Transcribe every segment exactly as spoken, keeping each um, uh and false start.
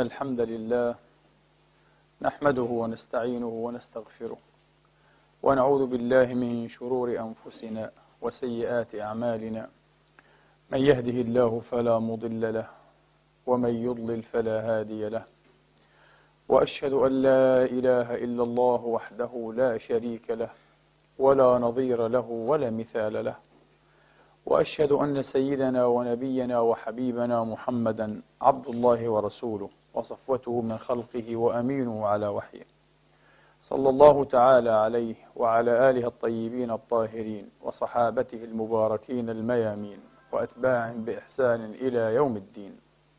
الحمد لله نحمده ونستعينه ونستغفره ونعوذ بالله من شرور أنفسنا وسيئات أعمالنا. من يهده الله فلا مضل له ومن يضلل فلا هادي له، وأشهد أن لا إله إلا الله وحده لا شريك له ولا نظير له ولا مثال له، وأشهد أن سيدنا ونبينا وحبيبنا محمدا عبد الله ورسوله وصفوته من خلقه وأمينه على وحيه، صلى الله تعالى عليه وعلى آله الطيبين الطاهرين وصحابته المباركين الميامين وأتباعهم بإحسان إلى يوم الدين.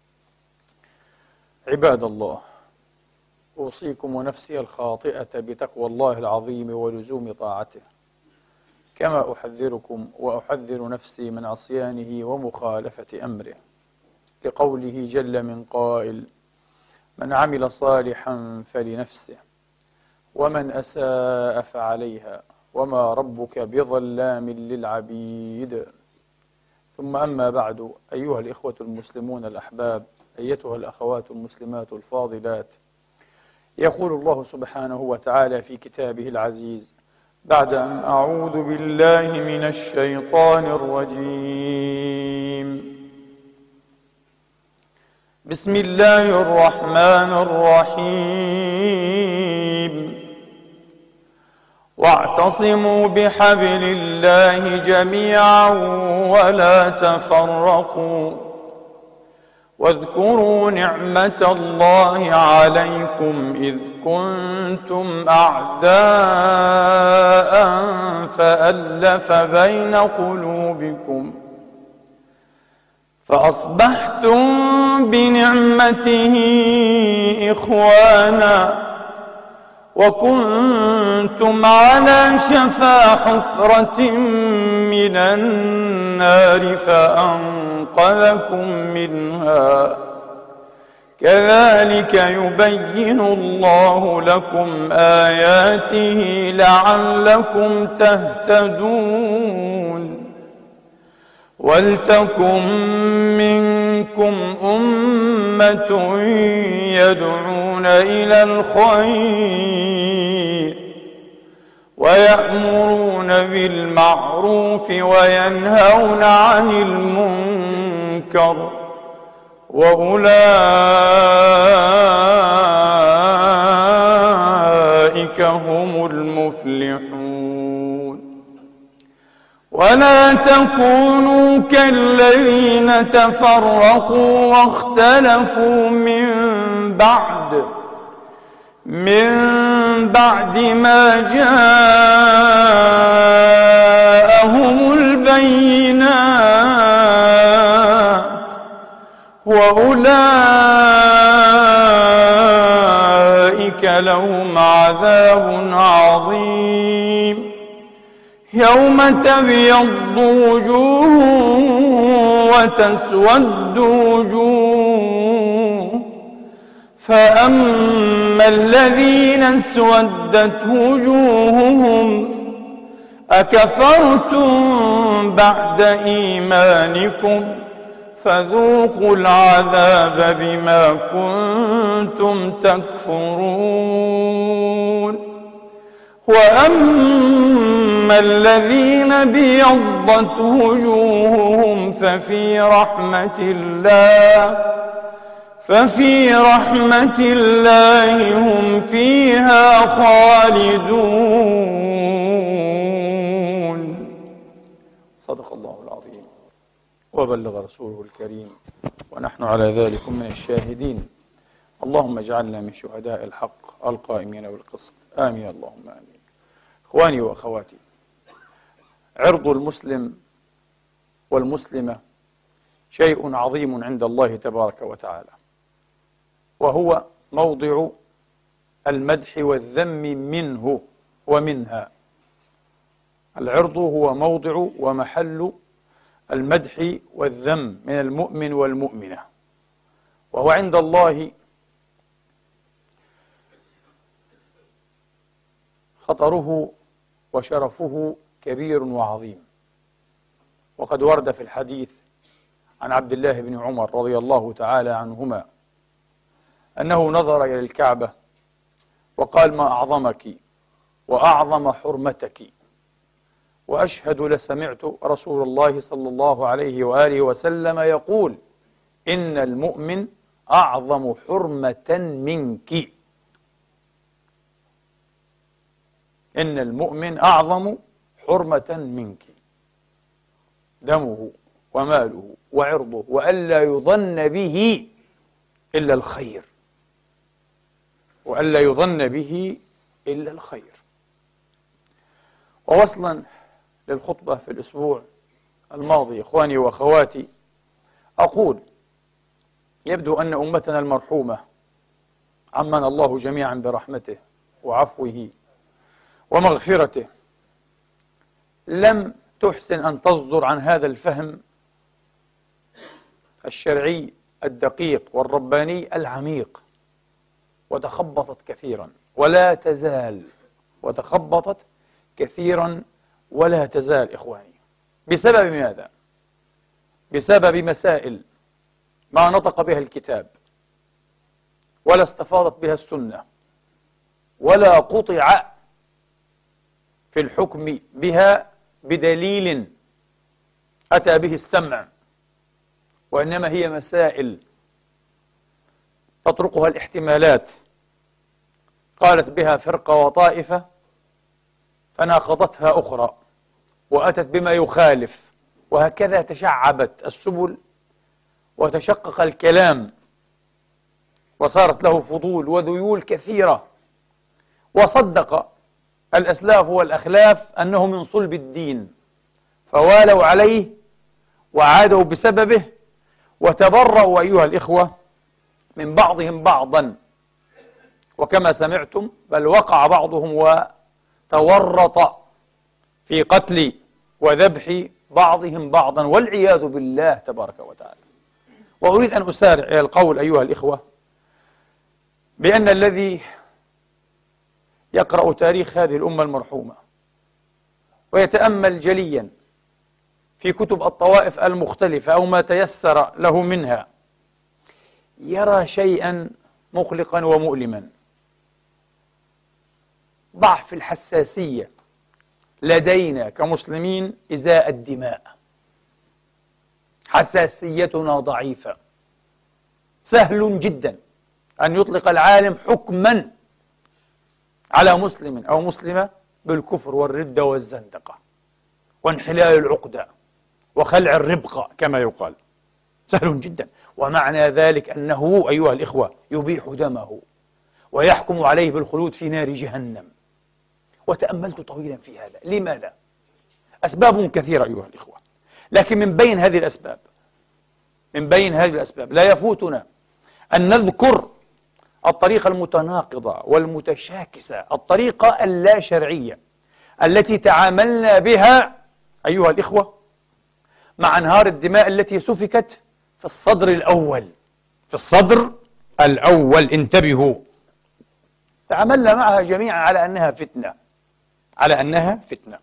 عباد الله، أوصيكم ونفسي الخاطئة بتقوى الله العظيم ولزوم طاعته، كما أحذركم وأحذر نفسي من عصيانه ومخالفة أمره، لقوله جل من قائل: من عمل صالحا فلنفسه ومن أساء فعليها وما ربك بظلام للعبيد. ثم أما بعد، أيها الإخوة المسلمون الأحباب، أيتها الأخوات المسلمات الفاضلات، يقول الله سبحانه وتعالى في كتابه العزيز بعد أن أعوذ بالله من الشيطان الرجيم: بسم الله الرحمن الرحيم. واعتصموا بحبل الله جميعا ولا تفرقوا واذكروا نعمة الله عليكم إذ كنتم أعداء فألف بين قلوبكم فأصبحتم بنعمته إخوانا وكنتم على شفا حفرة من النار فأنقذكم منها. كذلك يبين الله لكم آياته لعلكم تهتدون. ولتكن منكم أمة يدعون إلى الخير ويأمرون بالمعروف وينهون عن المنكر وأولئك هم المفلحون. ولا تكونوا كالذين تفرقوا واختلفوا من بعد من بعد ما جاءهم البينات وأولئك لهم عذاب عظيم. يوم تبيض وجوه وتسود وجوه، فأما الذين اسودت وجوههم أكفرتم بعد إيمانكم فذوقوا العذاب بما كنتم تكفرون. وأما الذين بيضت وجوههم ففي رحمة الله ففي رحمة الله هم فيها خالدون. صدق الله العظيم وبلغ رسوله الكريم، ونحن على ذلك من الشاهدين. اللهم اجعلنا من شهداء الحق القائمين بالقسط، آمين اللهم آمين. إخواني وأخواتي، عرض المسلم والمسلمة شيء عظيم عند الله تبارك وتعالى، وهو موضع المدح والذم منه ومنها. العرض هو موضع ومحل المدح والذم من المؤمن والمؤمنة، وهو عند الله خطره وشرفه كبير وعظيم. وقد ورد في الحديث عن عبد الله بن عمر رضي الله تعالى عنهما أنه نظر إلى الكعبة وقال: ما أعظمك وأعظم حرمتك، وأشهد لسمعت رسول الله صلى الله عليه وآله وسلم يقول: إن المؤمن أعظم حرمة منك. إن المؤمن أعظم حرمة منك، دمه وماله وعرضه، وألا يظن به إلا الخير، وألا يظن به إلا الخير. ووصلا للخطبة في الأسبوع الماضي إخواني وأخواتي، أقول: يبدو أن أمتنا المرحومة عمنا الله جميعا برحمته وعفوه ومغفرته لم تحسن أن تصدر عن هذا الفهم الشرعي الدقيق والرباني العميق، وتخبطت كثيرا ولا تزال، وتخبطت كثيرا ولا تزال إخواني. بسبب ماذا؟ بسبب مسائل ما نطق بها الكتاب، ولا استفاضت بها السنة، ولا قطع في الحكم بها بدليل أتى به السمع، وإنما هي مسائل تطرقها الاحتمالات، قالت بها فرقة وطائفة فناقضتها أخرى وأتت بما يخالف، وهكذا تشعبت السبل وتشقق الكلام، وصارت له فضول وذيول كثيرة، وصدق الأسلاف والأخلاف أنه من صلب الدين، فوالوا عليه وعادوا بسببه، وتبرأوا أيها الإخوة من بعضهم بعضا، وكما سمعتم بل وقع بعضهم وتورط في قتل وذبح بعضهم بعضا والعياذ بالله تبارك وتعالى. وأريد أن أسارع إلى القول أيها الإخوة بأن الذي يقرأ تاريخ هذه الأمة المرحومة ويتأمل جليا في كتب الطوائف المختلفة أو ما تيسر له منها يرى شيئا مقلقا ومؤلما: ضعف الحساسية لدينا كمسلمين إزاء الدماء. حساسيتنا ضعيفة. سهل جدا أن يطلق العالم حكما على مسلم أو مسلمة بالكفر والردة والزندقة وانحلال العقدة وخلع الربقة كما يقال. سهل جدا، ومعنى ذلك أنه أيها الإخوة يبيح دمه ويحكم عليه بالخلود في نار جهنم. وتأملت طويلا في هذا. لماذا؟ أسباب كثيرة أيها الإخوة، لكن من بين هذه الأسباب من بين هذه الأسباب لا يفوتنا أن نذكر الطريقة المتناقضة والمتشاكسة، الطريقة اللا شرعية التي تعاملنا بها أيها الإخوة مع أنهار الدماء التي سفكت في الصدر الأول. في الصدر الأول انتبهوا، تعاملنا معها جميعا على أنها فتنة، على أنها فتنة،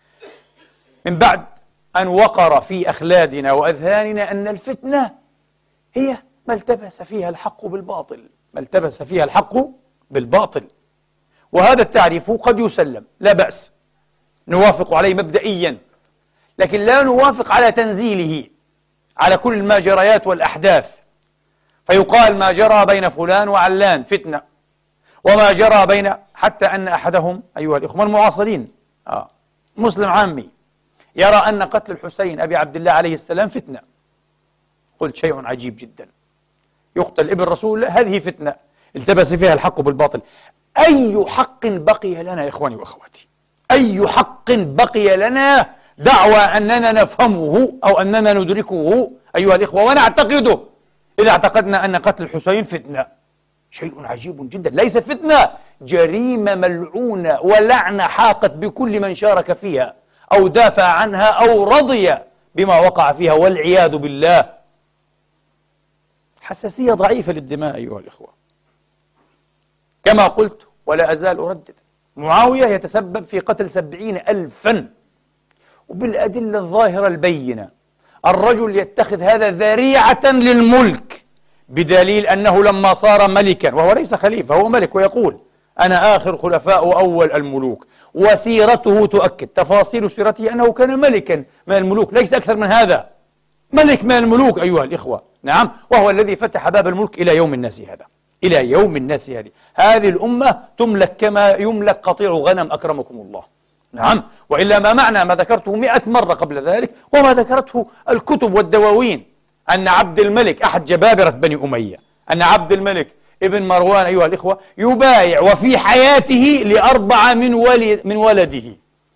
من بعد أن وقر في أخلادنا وأذهاننا أن الفتنة هي ما التبس فيها الحق بالباطل، ما التبس فيها الحق بالباطل. وهذا التعريف قد يسلم، لا بأس، نوافق عليه مبدئيا، لكن لا نوافق على تنزيله على كل المجريات والأحداث، فيقال ما جرى بين فلان وعلان فتنة، وما جرى بين، حتى أن أحدهم أيها الإخوة المعاصرين آه مسلم عامي يرى أن قتل الحسين أبي عبد الله عليه السلام فتنة. قلت شيء عجيب جدا، يقتل ابن رسول الله هذه فتنة التبس فيها الحق بالباطل. أي حق بقي لنا يا إخواني وأخواتي؟ أي حق بقي لنا دعوى أننا نفهمه أو أننا ندركه أيها الإخوة ونعتقده إذا اعتقدنا أن قتل الحسين فتنة؟ شيء عجيب جدا. ليس فتنة، جريمة ملعونة ولعنة حاقت بكل من شارك فيها أو دافع عنها أو رضي بما وقع فيها والعياذ بالله. حساسية ضعيفة للدماء أيها الإخوة. كما قلت ولا أزال أردد، معاوية يتسبب في قتل سبعين ألفا، وبالأدلة الظاهرة البينة الرجل يتخذ هذا ذريعة للملك بدليل أنه لما صار ملكا، وهو ليس خليفة، هو ملك، ويقول أنا آخر خلفاء وأول الملوك، وسيرته تؤكد، تفاصيل سيرته أنه كان ملكا من الملوك، ليس أكثر من هذا، ملك من الملوك أيها الإخوة. نعم، وهو الذي فتح باب الملك إلى يوم الناس هذا، إلى يوم الناس هذه. هذه الأمة تملك كما يملك قطيع غنم أكرمكم الله. نعم، وإلا ما معنى ما ذكرته مئة مرة قبل ذلك وما ذكرته الكتب والدواوين، أن عبد الملك أحد جبابرة بني أمية، أن عبد الملك ابن مروان أيها الإخوة يبايع وفي حياته لأربعة من ولد من ولده،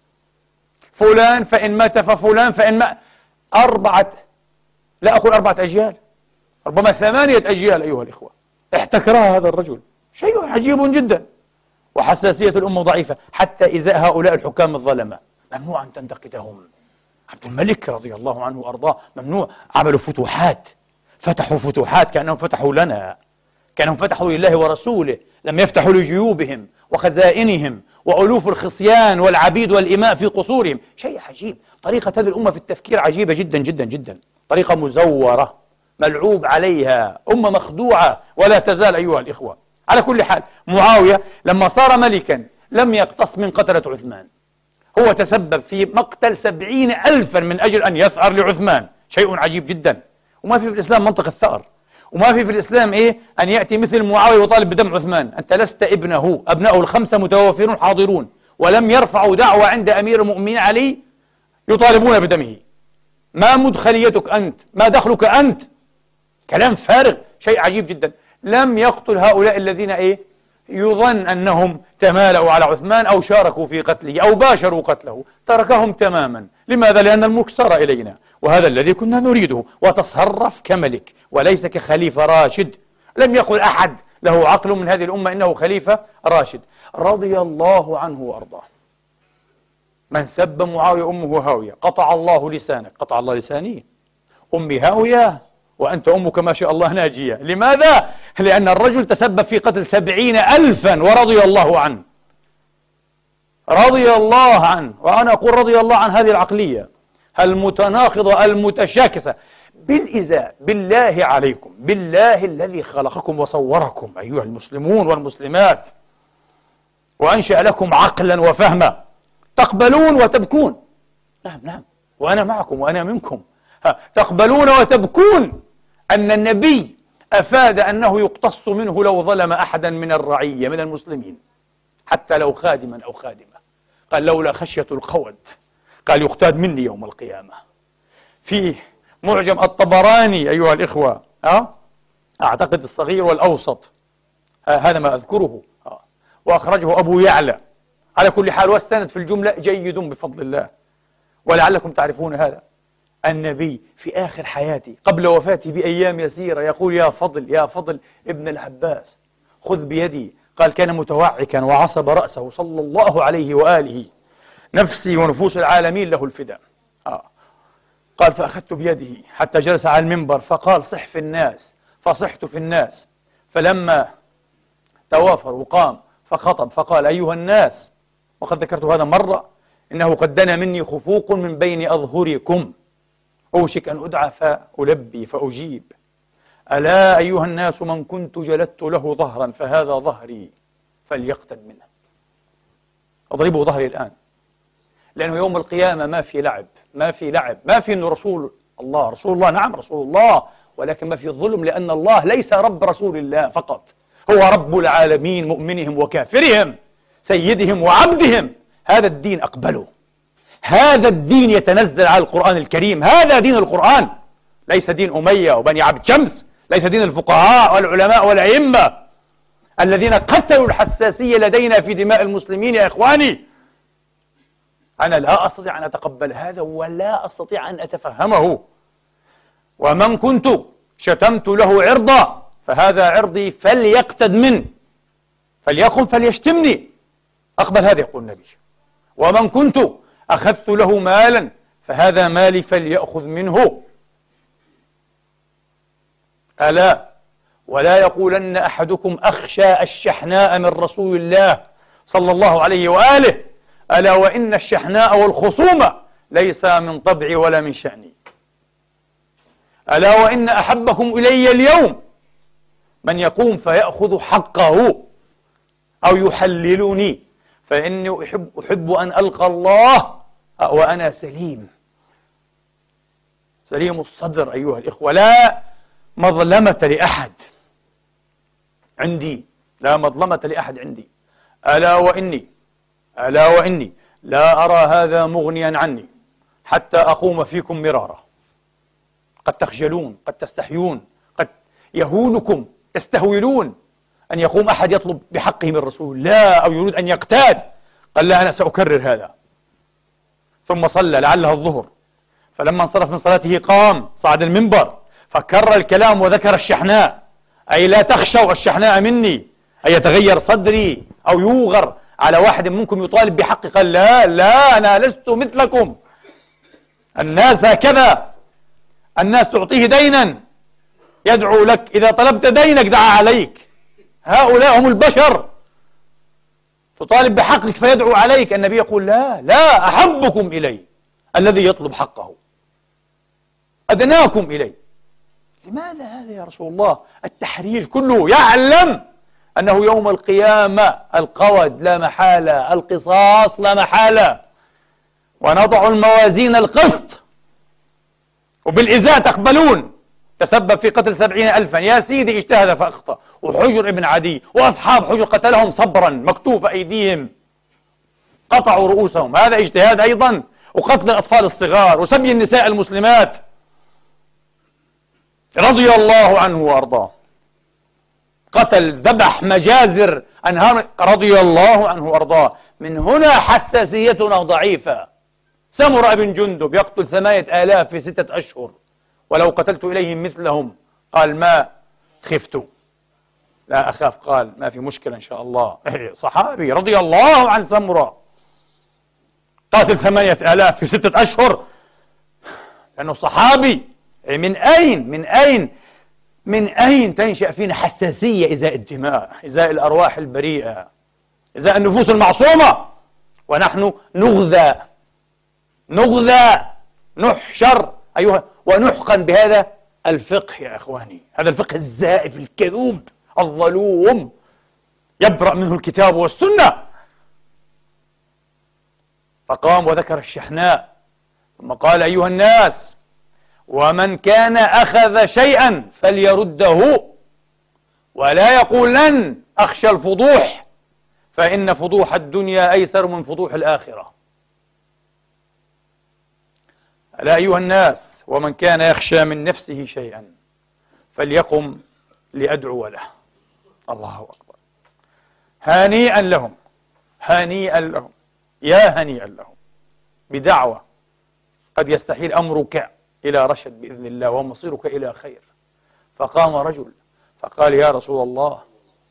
فلان فإن مات ففلان فإن مات، أربعة، لا أقول أربعة أجيال، ربما ثمانية أجيال أيها الإخوة احتكرها هذا الرجل، شيء عجيب جدا. وحساسية الأمة ضعيفة حتى إزاء هؤلاء الحكام الظلمة، ممنوع أن تنتقدهم. عبد الملك رضي الله عنه وأرضاه ممنوع، عملوا فتوحات، فتحوا فتوحات كأنهم فتحوا لنا، كأنهم فتحوا لله ورسوله، لم يفتحوا لجيوبهم وخزائنهم وألوف الخصيان والعبيد والإماء في قصورهم. شيء عجيب، طريقة هذه الأمة في التفكير عجيبة جدا جدا جدا، طريقة مزورة ملعوب عليها، أمة مخدوعة ولا تزال أيها الإخوة. على كل حال، معاوية لما صار ملكا لم يقتص من قتلة عثمان، هو تسبب في مقتل سبعين ألفا من أجل أن يثأر لعثمان، شيء عجيب جدا. وما في في الإسلام منطق الثأر، وما في في الإسلام إيه أن يأتي مثل معاوية ويطالب بدم عثمان. أنت لست ابنه، أبنائه الخمسة متوافرون حاضرون، ولم يرفعوا دعوة عند أمير المؤمنين علي يطالبون بدمه. ما مدخليتك أنت؟ ما دخلك أنت؟ كلام فارغ، شيء عجيب جدا. لم يقتل هؤلاء الذين إيه يظن أنهم تمالأوا على عثمان أو شاركوا في قتله أو باشروا قتله، تركهم تماما. لماذا؟ لأن الملك سار إلينا، وهذا الذي كنا نريده، وتصرف كملك وليس كخليفة راشد. لم يقل أحد له عقل من هذه الأمة إنه خليفة راشد، رضي الله عنه وأرضاه. من سب معاوية أمه هاوية قطع الله لسانك. قطع الله لساني؟ أمي هاوية وأنت أمك ما شاء الله ناجية. لماذا؟ لأن الرجل تسبب في قتل سبعين ألفا ورضي الله عنه، رضي الله عنه. وأنا أقول رضي الله عن هذه العقلية المتناقضة المتشاكسة بالإزاء. بالله عليكم، بالله الذي خلقكم وصوركم أيها المسلمون والمسلمات وأنشأ لكم عقلا وفهما، تقبلون وتبكون. نعم نعم، وأنا معكم وأنا منكم. تقبلون وتبكون أن النبي أفاد أنه يقتص منه لو ظلم أحدا من الرعية من المسلمين، حتى لو خادما أو خادمة. قال لولا خشية القود، قال يقتاد مني يوم القيامة. في معجم الطبراني أيها الإخوة، أه؟ أعتقد الصغير والأوسط، آه هذا ما أذكره، آه. وأخرجه أبو يعلى. على كل حال، واستند في الجملة جيد بفضل الله. ولعلكم تعرفون هذا، النبي في آخر حياته قبل وفاته بأيام يسيرة يقول يا فضل يا فضل ابن العباس خذ بيدي. قال كان متوعكا وعصب رأسه صلى الله عليه وآله، نفسي ونفوس العالمين له الفداء. آه. قال فأخذت بيده حتى جلس على المنبر فقال صح في الناس، فصحت في الناس. فلما توافر وقام فخطب فقال أيها الناس، وقد ذكرت هذا مرة، إنه قد دنا مني خفوق من بين أظهركم، أوشك أن أدعى فألبي فأجيب. ألا أيها الناس، من كنت جلدت له ظهرا فهذا ظهري فليقتد منه. أضربوا ظهري الآن، لأنه يوم القيامة ما في لعب، ما في لعب، ما في أنه رسول الله رسول الله نعم رسول الله، ولكن ما في الظلم، لأن الله ليس رب رسول الله فقط، هو رب العالمين، مؤمنهم وكافرهم، سيدهم وعبدهم. هذا الدين أقبله، هذا الدين يتنزل على القرآن الكريم، هذا دين القرآن، ليس دين أمية وبني عبد شمس، ليس دين الفقهاء والعلماء والأئمة الذين قتلوا الحساسية لدينا في دماء المسلمين. يا إخواني، أنا لا أستطيع أن أتقبل هذا ولا أستطيع أن أتفهمه. ومن كنت شتمت له عرضا فهذا عرضي فليقتد منه، فليقم فليشتمني، أقبل هذا يقول النبي. ومن كنت أخذت له مالا فهذا مالي فليأخذ منه. ألا ولا يقولن أحدكم أخشى الشحناء من رسول الله صلى الله عليه وآله، ألا وإن الشحناء والخصومة ليس من طبعي ولا من شأني. ألا وإن أحبكم إلي اليوم من يقوم فيأخذ حقه أو يحللني، فإني أحب, أحب أن ألقى الله وأنا سليم، سليم الصدر أيها الإخوة، لا مظلمة لأحد عندي، لا مظلمة لأحد عندي. ألا وإني ألا وإني لا أرى هذا مغنيا عني حتى أقوم فيكم مرارا. قد تخجلون، قد تستحيون، قد يهونكم، تستهولون أن يقوم أحد يطلب بحقه من الرسول، لا، أو يريد أن يقتاد. قال لا، أنا سأكرر هذا. ثم صلى لعلها الظهر، فلما انصرف من صلاته قام صعد المنبر فكرر الكلام وذكر الشحناء، أي لا تخشوا الشحناء مني، أي يتغير صدري أو يوغر على واحد منكم يطالب بحقي. قال لا لا، أنا لست مثلكم، الناس هكذا، الناس تعطيه دينا يدعو لك، إذا طلبت دينك دعا عليك، هؤلاء هم البشر، تطالب بحقك فيدعو عليك. النبي يقول لا لا، أحبكم إلي الذي يطلب حقه، أدناكم إلي. لماذا هذا يا رسول الله؟ التحريج كله، يعلم أنه يوم القيامة القود لا محالة، القصاص لا محالة، ونضع الموازين القسط، وبالإزاء تقبلون. تسبب في قتل سبعين ألفا، يا سيدي اجتهد فأخطأ، وحجر ابن عدي وأصحاب حجر قتلهم صبرا مكتوف أيديهم، قطعوا رؤوسهم، هذا اجتهاد أيضا، وقتل الأطفال الصغار وسبي النساء المسلمات، رضي الله عنه وأرضاه، قتل ذبح مجازر أنهار، رضي الله عنه وأرضاه. من هنا حساسيتنا ضعيفة. سمرة بن جندب يقتل ثمانية آلاف في ستة أشهر، ولو قتلت إليهم مثلهم قال ما خفت، لا أخاف، قال ما في مشكلة إن شاء الله. صحابي رضي الله عن سمرة قاتل ثمانية آلاف في ستة أشهر لأنه صحابي. من أين من أين من أين تنشأ فينا حساسية إزاء الدماء، إزاء الأرواح البريئة، إزاء النفوس المعصومة، ونحن نغذى نغذى نحشر أيها ونحقن بهذا الفقه يا إخواني، هذا الفقه الزائف الكذوب الظلوم، يبرأ منه الكتاب والسنة. فقام وذكر الشحناء، ثم قال أيها الناس، ومن كان أخذ شيئا فليرده، ولا يقولن أخشى الفضوح، فإن فضوح الدنيا أيسر من فضوح الآخرة. ألا أيها الناس، ومن كان يخشى من نفسه شيئا فليقم لأدعو له. الله أكبر، هنيئا لهم، هنيئا لهم، يا هنيئا لهم بدعوة قد يستحيل أمرك إلى رشد بإذن الله ومصيرك إلى خير. فقام رجل فقال يا رسول الله،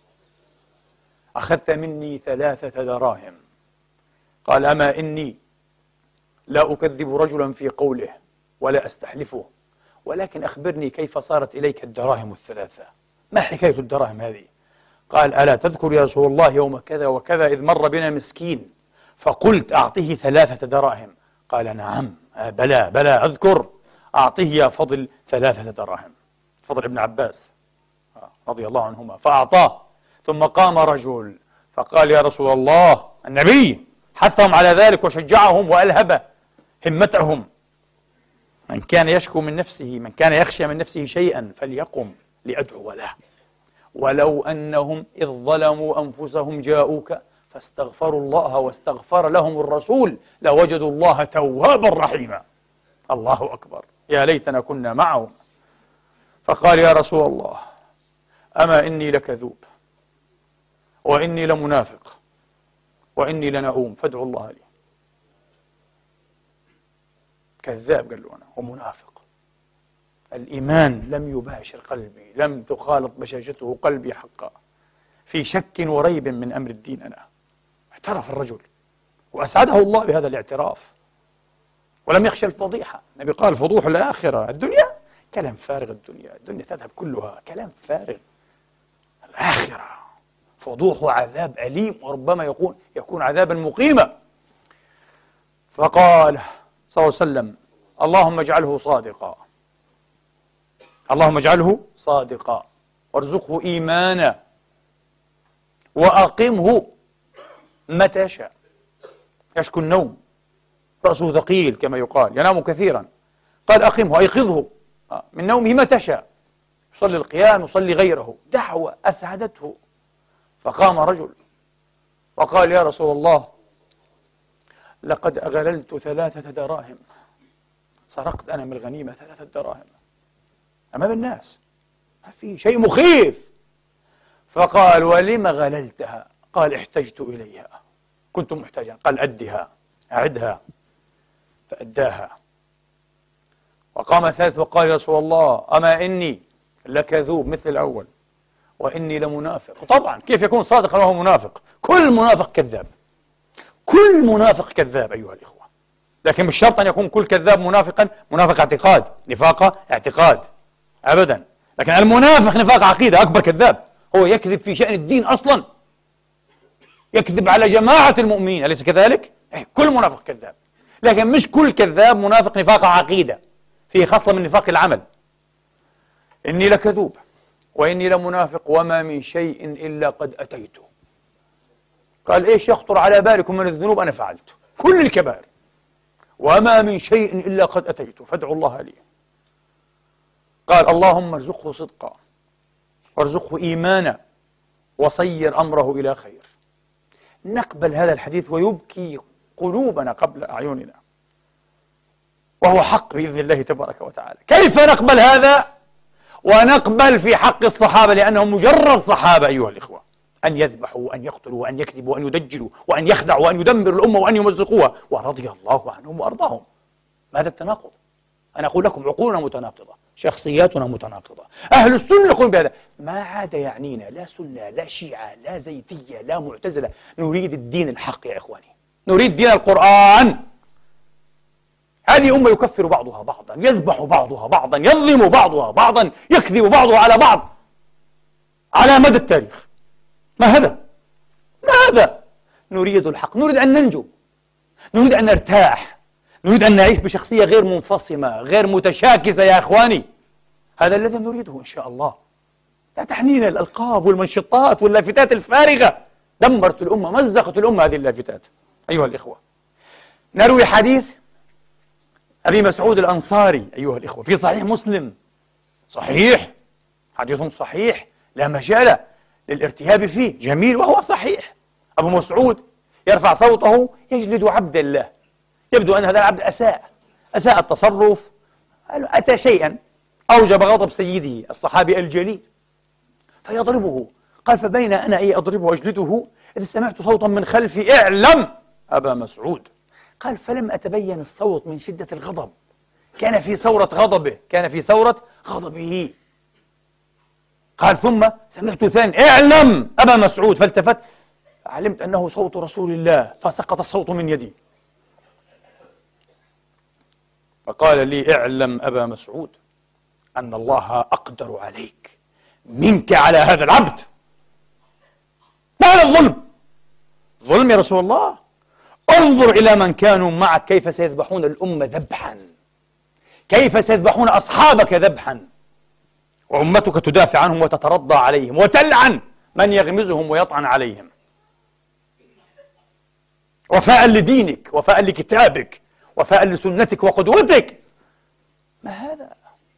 أخذت مني ثلاثة دراهم. قال أما إني لا أكذب رجلا في قوله ولا أستحلفه، ولكن أخبرني كيف صارت إليك الدراهم الثلاثة، ما حكاية الدراهم هذه؟ قال ألا تذكر يا رسول الله يوم كذا وكذا إذ مر بنا مسكين فقلت أعطيه ثلاثة دراهم؟ قال نعم، آه بلى بلى أذكر، أعطيه يا فضل ثلاثة دراهم، فضل ابن عباس رضي الله عنهما، فأعطاه. ثم قام رجل فقال يا رسول الله، النبي حثهم على ذلك وشجعهم وألهب همتهم، من كان يشكو من نفسه، من كان يخشى من نفسه شيئا فليقم لأدعو له، ولو أنهم إذ ظلموا أنفسهم جاءوك فاستغفروا الله واستغفر لهم الرسول لوجدوا الله توابا رحيما. الله أكبر، يا ليتنا كنا معهم. فقال يا رسول الله أما إني لكذوب وإني لمنافق وإني لنؤوم فادعوا الله لي. كذاب قال له أنا ومنافق، الإيمان لم يباشر قلبي، لم تخالط بشاشته قلبي حقا، في شك وريب من أمر الدين أنا. اعترف الرجل وأسعده الله بهذا الاعتراف، ولم يخشى الفضيحة. النبي قال فضوح الآخرة، الدنيا كلام فارغ، الدنيا الدنيا تذهب كلها، كلام فارغ. الآخرة فضوح وعذاب أليم، وربما يكون يكون عذابا مقيما. فقال صلى الله عليه وسلم اللهم اجعله صادقا، اللهم اجعله صادقا. وارزقه إيمانا وأقمه متى شاء. يشكو النوم، رأسه ثقيل كما يقال، ينام كثيرا، قال أقمه أيقظه من نومه متى شاء، يصلي القيام، يصلي غيره. دعوة أسعدته. فقام رجل وقال يا رسول الله لقد أغللت ثلاثة دراهم، سرقت أنا من الغنيمة ثلاثة دراهم أمام الناس، ما في شيء مخيف. فقال ولم غللتها؟ قال احتجت إليها، كنت محتاجا. قال أدها، أعدها. فأداها. وقام ثالث وقال يا رسول الله أما إني لكذوب مثل الأول وإني لمنافق. طبعا كيف يكون صادقا وهو منافق؟ كل منافق كذاب، كل منافق كذاب أيها الإخوة. لكن مش شرط أن يكون كل كذاب منافقا، منافق اعتقاد، نفاق اعتقاد أبدا. لكن المنافق نفاق عقيدة، أكبر كذاب. هو يكذب في شأن الدين أصلا، يكذب على جماعة المؤمنين، أليس كذلك؟ كل منافق كذاب. لكن مش كل كذاب منافق نفاق عقيدة، فيه خصلة من نفاق العمل. إني لكذوب وإني لمنافق وما من شيء إلا قد أتيته. قال إيش يخطر على بالكم من الذنوب أنا فعلته، كل الكبائر. وما من شيء إلا قد أتيته فادعوا الله لي. قال اللهم ارزقه صدقا وارزقه إيمانا وصير أمره إلى خير. نقبل هذا الحديث ويبكي قلوبنا قبل أعيننا، وهو حق بإذن الله تبارك وتعالى. كيف نقبل هذا ونقبل في حق الصحابة لأنهم مجرد صحابة أيها الإخوة، أن يذبحوا وأن يقتلوا وأن يكذبوا وأن يدجلوا وأن يخدعوا وأن يدمروا الأمة وأن يمزقوها، ورضي الله عنهم وأرضاهم. ماذا التناقض؟ أنا أقول لكم عقولنا متناقضة، شخصياتنا متناقضة. أهل السنة يقولون بهذا، ما عاد يعنينا لا سنة لا شيعة لا زيتية لا معتزلة، نريد الدين الحق يا إخواني، نريد دين القرآن. هذه أمة يكفر بعضها بعضا، يذبح بعضها بعضا، يظلم بعضها بعضا، يكذب بعضها على بعض على مدى التاريخ. ما هذا؟ ما هذا؟ نريد الحق، نريد أن ننجو، نريد أن نرتاح، نريد أن نعيش بشخصية غير منفصمة غير متشاكسة يا إخواني. هذا الذي نريده إن شاء الله. لا تحنينا الألقاب والمنشطات واللافتات الفارغة، دمرت الأمة، مزقت الأمة هذه اللافتات أيها الإخوة. نروي حديث أبي مسعود الأنصاري أيها الإخوة في صحيح مسلم، صحيح، حديث صحيح لا مجال للارتهاب فيه، جميل وهو صحيح. أبو مسعود يرفع صوته يجلد عبد الله، يبدو أن هذا العبد أساء أساء التصرف، أتى شيئا أوجب غضب سيده الصحابي الجليل فيضربه. قال فبين أنا أي أضربه وأجلده إذ سمعت صوتا من خلفي اعلم أبا مسعود. قال فلم أتبين الصوت من شدة الغضب، كان في ثورة غضبه، كان في ثورة غضبه. قال ثم سمعت ثاني اعلم أبا مسعود، فالتفت علمت أنه صوت رسول الله فسقط الصوت من يدي. فقال لي اعلم أبا مسعود أن الله أقدر عليك منك على هذا العبد. ما هذا الظلم؟ ظلم يا رسول الله؟ انظر إلى من كانوا معك كيف سيذبحون الأمة ذبحا، كيف سيذبحون أصحابك ذبحا، وأمتك تدافع عنهم وتترضى عليهم وتلعن من يغمزهم ويطعن عليهم، وفاء لدينك وفاء لكتابك وفاء لسنتك وقدوتك. ما هذا؟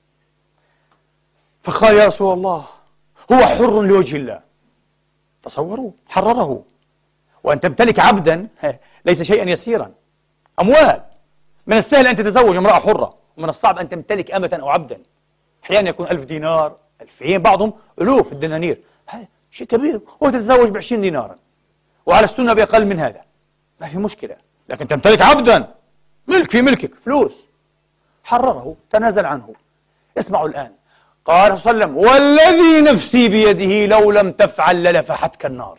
فقال يا رسول الله هو حر لوجه الله. تصوروا، حرره. وأن تمتلك عبدا ليس شيئا يسيرا، أموال. من السهل أن تتزوج امرأة حرة، ومن الصعب أن تمتلك أمة أو عبدا. أحيانا يكون ألف دينار، ألفين، بعضهم ألوف الدنانير، هذا شيء كبير. وتتزوج بعشرين دينارا، وعلى السنة بأقل من هذا، ما في مشكلة. لكن تمتلك عبدا، ملك في ملكك، فلوس. حرره، تنازل عنه. اسمعوا الآن، قال صلى الله عليه وسلم والذي نفسي بيده لو لم تفعل للفحتك النار.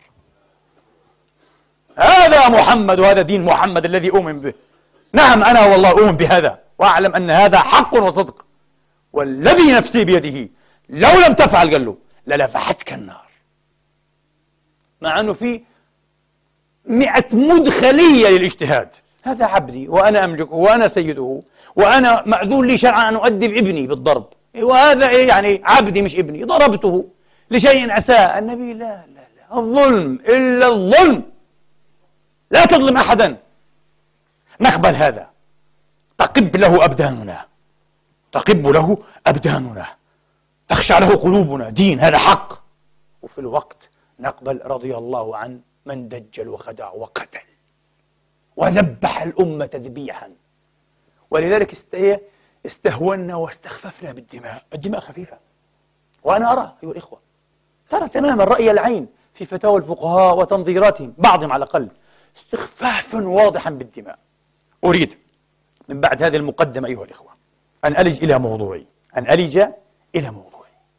هذا محمد وهذا دين محمد الذي أؤمن به. نعم أنا والله أؤمن بهذا وأعلم أن هذا حق وصدق. والذي نفسي بيده لو لم تفعل قال له للفحتك النار. مع أنه في مئة مدخلية للاجتهاد. هذا عبدي وأنا أملكه وأنا سيده وأنا مأذون لي شرعا أن أؤدب ابني بالضرب، وهذا يعني عبدي مش ابني، ضربته لشيء أساء. النبي لا لا لا، الظلم إلا الظلم، لا تظلم أحدا. نقبل هذا، تقب له أبداننا، تقب له أبداننا، تخشع له قلوبنا، دين هذا حق. وفي الوقت نقبل رضي الله عن من دجل وخدع وقتل وذبح الأمة تذبيحا. ولذلك استهونا واستخففنا بالدماء. الدماء خفيفة، وأنا أرى أيها الإخوة، ترى تماما رأي العين في فتاوى الفقهاء وتنظيراتهم، بعضهم على الأقل، استخفافا واضحا بالدماء. أريد من بعد هذه المقدمة أيها الإخوة أن ألج إلى موضوعي، أن ألج إلى موضوعي.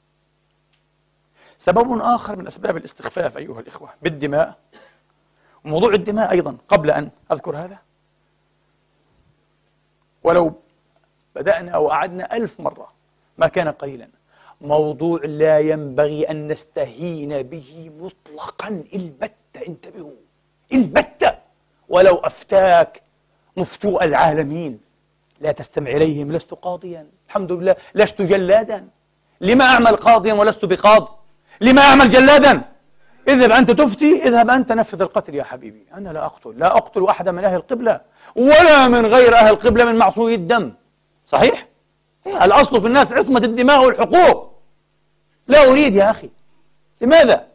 سبب آخر من أسباب الاستخفاف أيها الإخوة بالدماء، وموضوع الدماء أيضا، قبل أن أذكر هذا، ولو بدأنا أو أعدنا ألف مرة ما كان قليلا، موضوع لا ينبغي أن نستهين به مطلقا البتة. انتبهوا، البتة، ولو أفتاك مفتوء العالمين لا تستمع إليهم. لست قاضيا، الحمد لله، لست جلادا. لما أعمل قاضيا ولست بقاض؟ لما أعمل جلادا؟ اذهب أنت تفتي، اذهب أنت نفذ القتل يا حبيبي. أنا لا أقتل، لا أقتل أحدا من أهل القبلة ولا من غير أهل القبلة من معصومي الدم. صحيح؟ الأصل في الناس عصمة الدماء والحقوق. لا أريد يا أخي. لماذا؟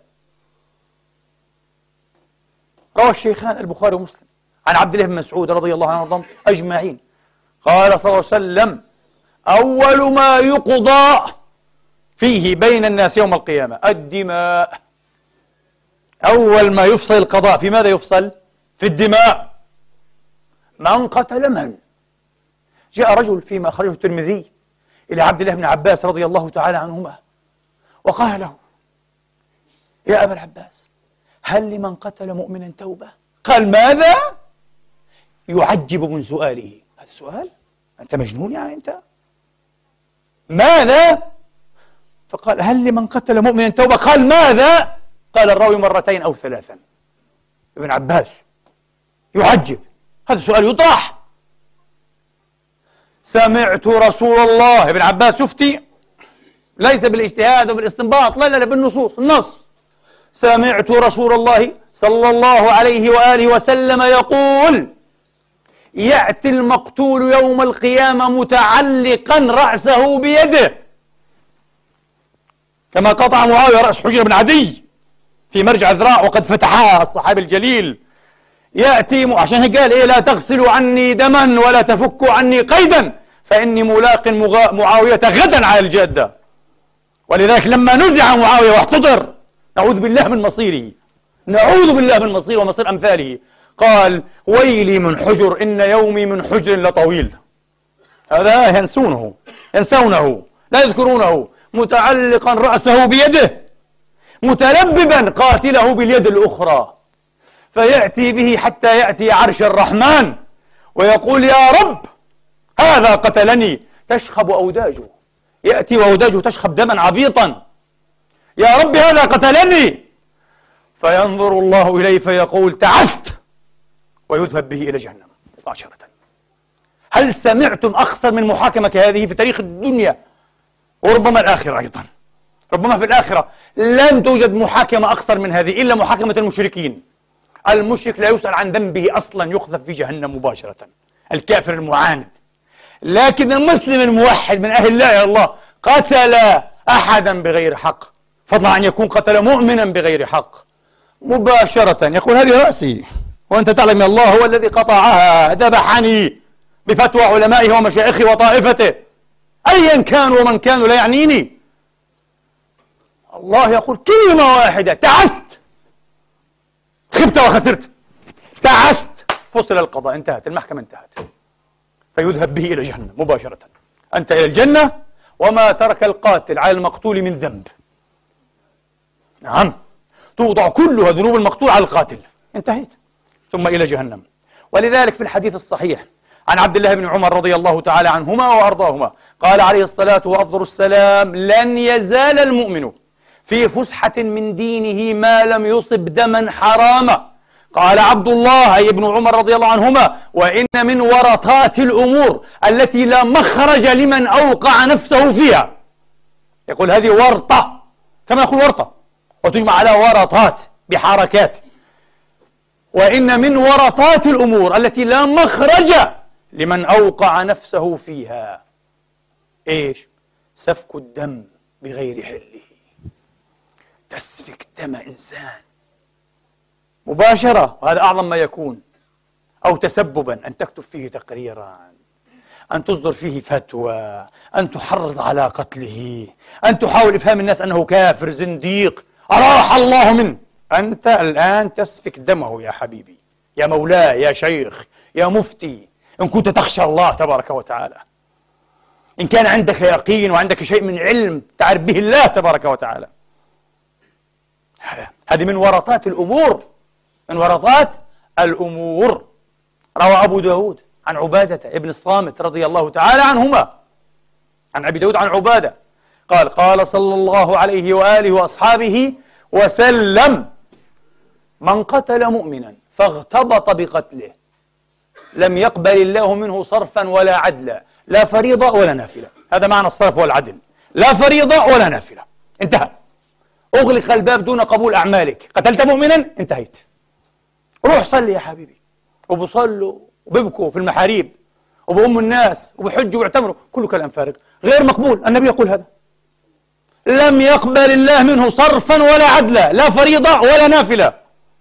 روى الشيخان البخاري ومسلم عن عبد الله بن مسعود رضي الله عنه أجمعين قال صلى الله عليه وسلم: أول ما يقضى فيه بين الناس يوم القيامة الدماء. أول ما يفصل القضاء في ماذا يفصل؟ في الدماء. من قتل من؟ جاء رجل فيما أخرجه الترمذي إلى عبد الله بن عباس رضي الله تعالى عنهما وقال له: يا أبا العباس، هل لمن قتل مؤمنا توبة؟ قال: ماذا؟ يعجب من سؤاله. هذا سؤال؟ أنت مجنون يعني أنت؟ ماذا؟ فقال: هل لمن قتل مؤمنا توبة؟ قال: ماذا؟ قال الراوي مرتين أو ثلاثا. ابن عباس يعجب، هذا سؤال يطرح. سمعت رسول الله، ابن عباس يفتي ليس بالاجتهاد وبالاستنباط، لا لا لا، بالنصوص، النص. سمعت رسول الله صلى الله عليه وآله وسلم يقول: يأتي المقتول يوم القيامة متعلقا رأسه بيده، كما قطع معاوية رأس حجر بن عدي في مرجع ذراع وقد فتحها الصحابي الجليل. يأتي م... عشان هيك قال إيه: لا تغسلوا عني دما ولا تفكوا عني قيدا فإني ملاق مغا... معاوية غدا على الجادة. ولذلك لما نزع معاوية واحتضر، نعوذ بالله من مصيره، نعوذ بالله من مصيره ومصير أمثاله، قال: ويلي من حجر إن يومي من حجر لطويل. هذا ينسونه ينسونه لا يذكرونه. متعلقا رأسه بيده، متلببا قاتله باليد الأخرى، فيأتي به حتى يأتي عرش الرحمن ويقول: يا رب هذا قتلني. تشخب أوداجه، يأتي وأوداجه تشخب دما عبيطا. يا رب هذا قتلني. فينظر الله إليه فيقول: تعست، ويذهب به إلى جهنم مباشرة. هل سمعتم أخسر من محاكمة كهذه في تاريخ الدنيا؟ وربما الآخرة أيضا، ربما في الآخرة لن توجد محاكمة أخسر من هذه إلا محاكمة المشركين. المشرك لا يسأل عن ذنبه أصلا، يقذف في جهنم مباشرة، الكافر المعاند. لكن المسلم الموحد من أهل الله إلى الله قتل أحدا بغير حق، فضلا عن يكون قتل مؤمنا بغير حق، مباشرة يقول: هذه رأسي وأنت تعلم الله هو الذي قطعها، ذبحني بفتوى علمائه ومشايخه وطائفته، أيا كان ومن كانوا لا يعنيني. الله يقول كلمة واحدة: تعست، خبت وخسرت، تعست، فصل القضاء، انتهت المحكمة، انتهت. فيذهب به إلى جهنم مباشرة، أنت إلى الجنة وما ترك القاتل على المقتول من ذنب. نعم، توضع كلها ذنوب المقتول على القاتل، انتهيت، ثم إلى جهنم. ولذلك في الحديث الصحيح عن عبد الله بن عمر رضي الله تعالى عنهما وأرضاهما قال عليه الصلاة وأفضل السلام: لن يزال المؤمن في فسحة من دينه ما لم يصب دما حراما. قال عبد الله أي ابن عمر رضي الله عنهما: وإن من ورطات الأمور التي لا مخرج لمن أوقع نفسه فيها. يقول هذه ورطة، كما نقول ورطة، وتجمع على ورطات بحركات. وإن من ورطات الأمور التي لا مخرج لمن أوقع نفسه فيها إيش؟ سفك الدم بغير حله. تسفك دم إنسان مباشرة، وهذا أعظم ما يكون، أو تسببا، أن تكتب فيه تقريرا، أن تصدر فيه فتوى، أن تحرض على قتله، أن تحاول إفهام الناس أنه كافر زنديق أراح الله منه. أنت الآن تسفك دمه يا حبيبي، يا مولاي، يا شيخ، يا مفتي، إن كنت تخشى الله تبارك وتعالى، إن كان عندك يقين وعندك شيء من علم تعرف به الله تبارك وتعالى. هذه من ورطات الأمور، من ورطات الأمور. روى أبو داود عن عبادة ابن الصامت رضي الله تعالى عنهما، عن أبي داود عن عبادة قال قال صلى الله عليه وآله وأصحابه وسلم: من قتل مؤمنا فاغتبط بقتله لم يقبل الله منه صرفا ولا عدلا، لا فريضة ولا نافلة. هذا معنى الصرف والعدل، لا فريضة ولا نافلة، انتهى. أغلق الباب دون قبول أعمالك. قتلت مؤمنا، انتهيت. روح صلي يا حبيبي، وبصلوا وبيبكوا في المحاريب وبأم الناس وبحجوا واعتمروا، كله كلام فارغ غير مقبول. النبي يقول هذا: لم يقبل الله منه صرفا ولا عدلا، لا فريضة ولا نافلة.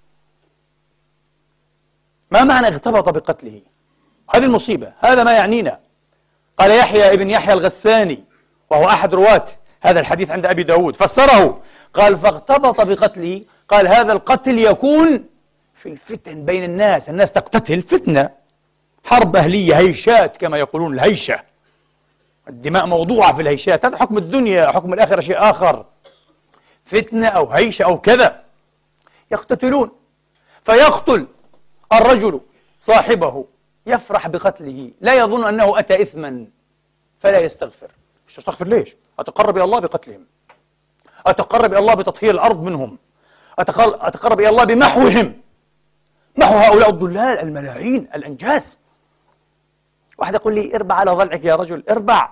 ما معنى اغتبط بقتله؟ هذه المصيبة، هذا ما يعنينا. قال يحيى ابن يحيى الغساني، وهو أحد رواة هذا الحديث عند أبي داود، فسره قال: فاغتبط بقتله، قال هذا القتل يكون في الفتن بين الناس، الناس تقتتل، فتنة، حرب أهلية، هيشات كما يقولون، الهيشة، الدماء موضوعة في الهيشات. هذا حكم الدنيا، حكم الآخرة شيء آخر. فتنة أو هيشة أو كذا، يقتتلون، فيقتل الرجل صاحبه، يفرح بقتله، لا يظن أنه أتى إثما فلا يستغفر. مش تستغفر ليش؟ أتقرب إلى الله بقتلهم، أتقرب إلى الله بتطهير الأرض منهم، أتقرب إلى الله بمحوهم، محو هؤلاء الضلال الملاعين الأنجاس. واحد يقول لي: اربع على ضلعك يا رجل، اربع.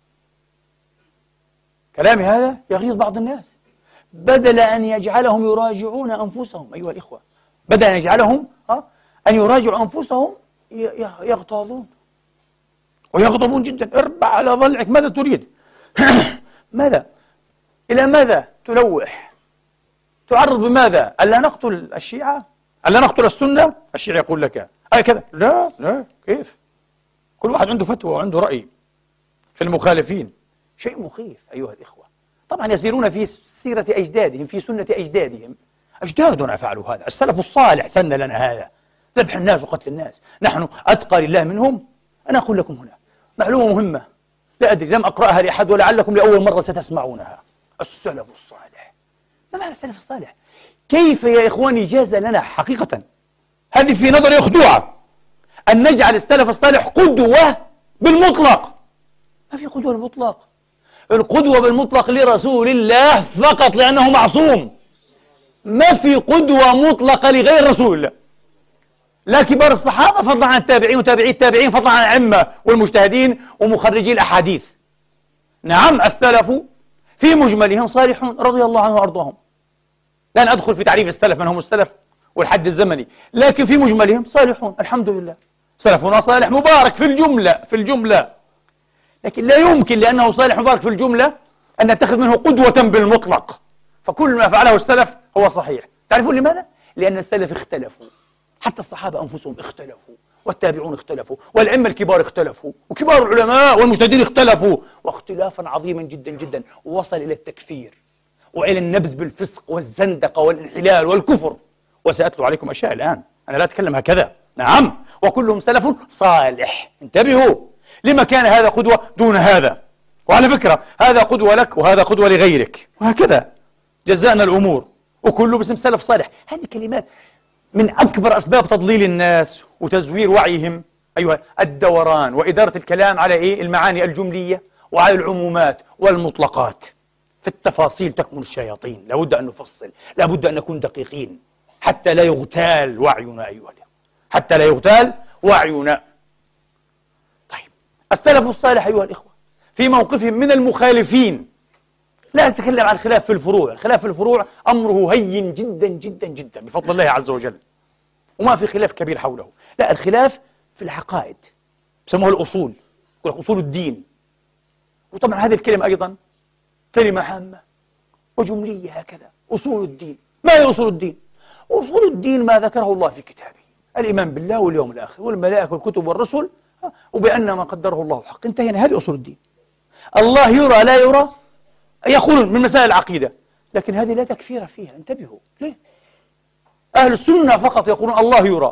كلامي هذا يغيظ بعض الناس، بدل أن يجعلهم يراجعون أنفسهم. أيها الإخوة، بدل أن يجعلهم أن يراجعوا أنفسهم يغتاظون ويغضبون جدا. اربع على ضلعك، ماذا تريد؟ ماذا؟ إلى ماذا تلوح؟ تعرض بماذا؟ ألا نقتل الشيعة؟ ألا نقتل السنة؟ الشيعة يقول لك أي كذا. لا لا، كيف؟ كل واحد عنده فتوى وعنده رأي في المخالفين. شيء مخيف أيها الإخوة. طبعا يسيرون في سيرة أجدادهم، في سنة أجدادهم. أجدادنا فعلوا هذا، السلف الصالح سن لنا هذا، ذبح الناس وقتل الناس. نحن أتقى لله منهم. أنا أقول لكم هنا معلومة مهمة، لا أدري، لم أقرأها لأحد ولعلكم لأول مرة ستسمعونها. السلف الصالح، ما معنى السلف الصالح؟ كيف يا إخواني جاز لنا حقيقة، هذه في نظري خدوعة، أن نجعل السلف الصالح قدوة بالمطلق؟ ما في قدوة بالمطلق. القدوة بالمطلق لرسول الله فقط لأنه معصوم. ما في قدوة مطلقة لغير رسول الله، لا كبار الصحابة فضلا عن التابعين وتابعي التابعين فضلا عن الأئمة والمجتهدين ومخرجي الأحاديث. نعم، السلف في مجملهم صالحون رضي الله عنهم وأرضاهم، لن أدخل في تعريف السلف من هم السلف والحد الزمني، لكن في مجملهم صالحون الحمد لله، سلفنا صالح مبارك في الجملة في الجملة. لكن لا يمكن لأنه صالح مبارك في الجملة أن نتخذ منه قدوة بالمطلق، فكل ما فعله السلف هو صحيح. تعرفون لماذا؟ لأن السلف اختلفوا، حتى الصحابة أنفسهم اختلفوا، والتابعون اختلفوا، والأئمة الكبار اختلفوا، وكبار العلماء والمجتهدين اختلفوا، واختلافا عظيما جدا جدا وصل إلى التكفير وإلى النبذ بالفسق والزندقة والانحلال والكفر. وسأتلو عليكم أشياء الآن، أنا لا أتكلم هكذا. نعم، وكلهم سلف صالح. انتبهوا، لما كان هذا قدوة دون هذا؟ وعلى فكرة هذا قدوة لك وهذا قدوة لغيرك، وهكذا جزأنا الأمور، وكله باسم سلف صالح. هذه كلمات من أكبر أسباب تضليل الناس وتزوير وعيهم. أيها الدوران وإدارة الكلام على إيه؟ المعاني الجملية وعلى العمومات والمطلقات. في التفاصيل تكمن الشياطين، لابد أن نفصل، لابد أن نكون دقيقين حتى لا يغتال وعينا أيها الأخوة، حتى لا يغتال وعينا. طيب، السلف الصالح أيها الإخوة في موقفهم من المخالفين لا نتكلم عن الخلاف في الفروع. الخلاف في الفروع أمره هين جدا جدا جدا بفضل الله عز وجل، وما في خلاف كبير حوله. لا، الخلاف في العقائد، بسموها الأصول، يقول لك أصول الدين. وطبعا هذه الكلمة أيضا كلمة عامة وجملية هكذا. أصول الدين، ما هي أصول الدين؟ أصول الدين ما ذكره الله في كتابه: الإيمان بالله واليوم الآخر والملائكة والكتب والرسل، وبأن ما قدره الله حق. انتهينا، هذه أصول الدين. الله يرى لا يرى يقولون من مسائل العقيدة، لكن هذه لا تكفير فيها. انتبهوا، ليه؟ أهل السنة فقط يقولون الله يرى.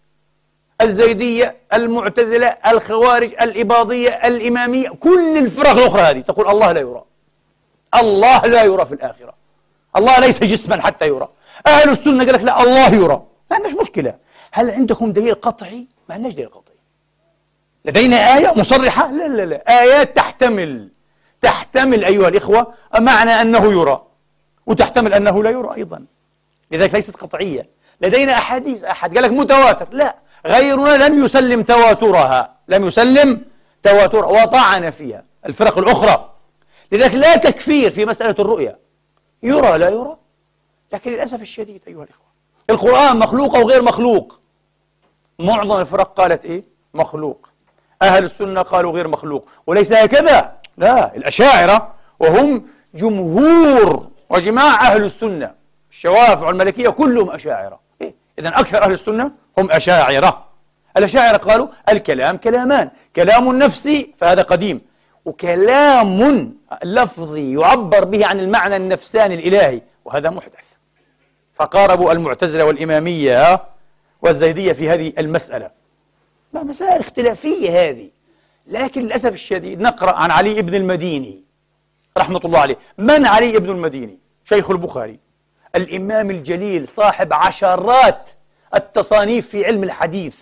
الزيدية، المعتزلة، الخوارج، الإباضية، الإمامية، كل الفرق الأخرى هذه تقول الله لا يرى. الله لا يرى في الآخرة، الله ليس جسما حتى يرى. أهل السنة قال لك لا، الله يرى. ما عندناش مشكلة. هل عندكم دليل قطعي؟ ما عندناش دليل قطعي. لدينا آية مصرحة؟ لا لا لا، آيات تحتمل تحتمل أيها الإخوة معنى أنه يرى، وتحتمل أنه لا يرى أيضا، لذلك ليست قطعية. لدينا أحاديث، أحد قال لك متواتر، لا، غيرنا لم يسلم تواترها، لم يسلم تواترها وطعن فيها الفرق الأخرى. لذلك لا تكفير في مسألة الرؤية، يرى لا يرى. لكن للأسف الشديد أيها الإخوة، القرآن مخلوق أو غير مخلوق؟ معظم الفرق قالت إيه؟ مخلوق. أهل السنة قالوا غير مخلوق. وليس هكذا، لا، الأشاعرة وهم جمهور وجماع أهل السنة، الشوافع والمالكية كلهم أشاعرة. إيه؟ إذن أكثر أهل السنة هم أشاعرة. الأشاعرة قالوا الكلام كلامان: كلام نفسي فهذا قديم، وكلام لفظي يعبر به عن المعنى النفساني الإلهي، وهذا محدث. فقاربوا المعتزلة والإمامية والزيدية في هذه المسألة. ما مسائل اختلافية هذه. لكن للأسف الشديد نقرأ عن علي بن المديني رحمة الله عليه. من علي بن المديني؟ شيخ البخاري، الإمام الجليل صاحب عشرات التصانيف في علم الحديث،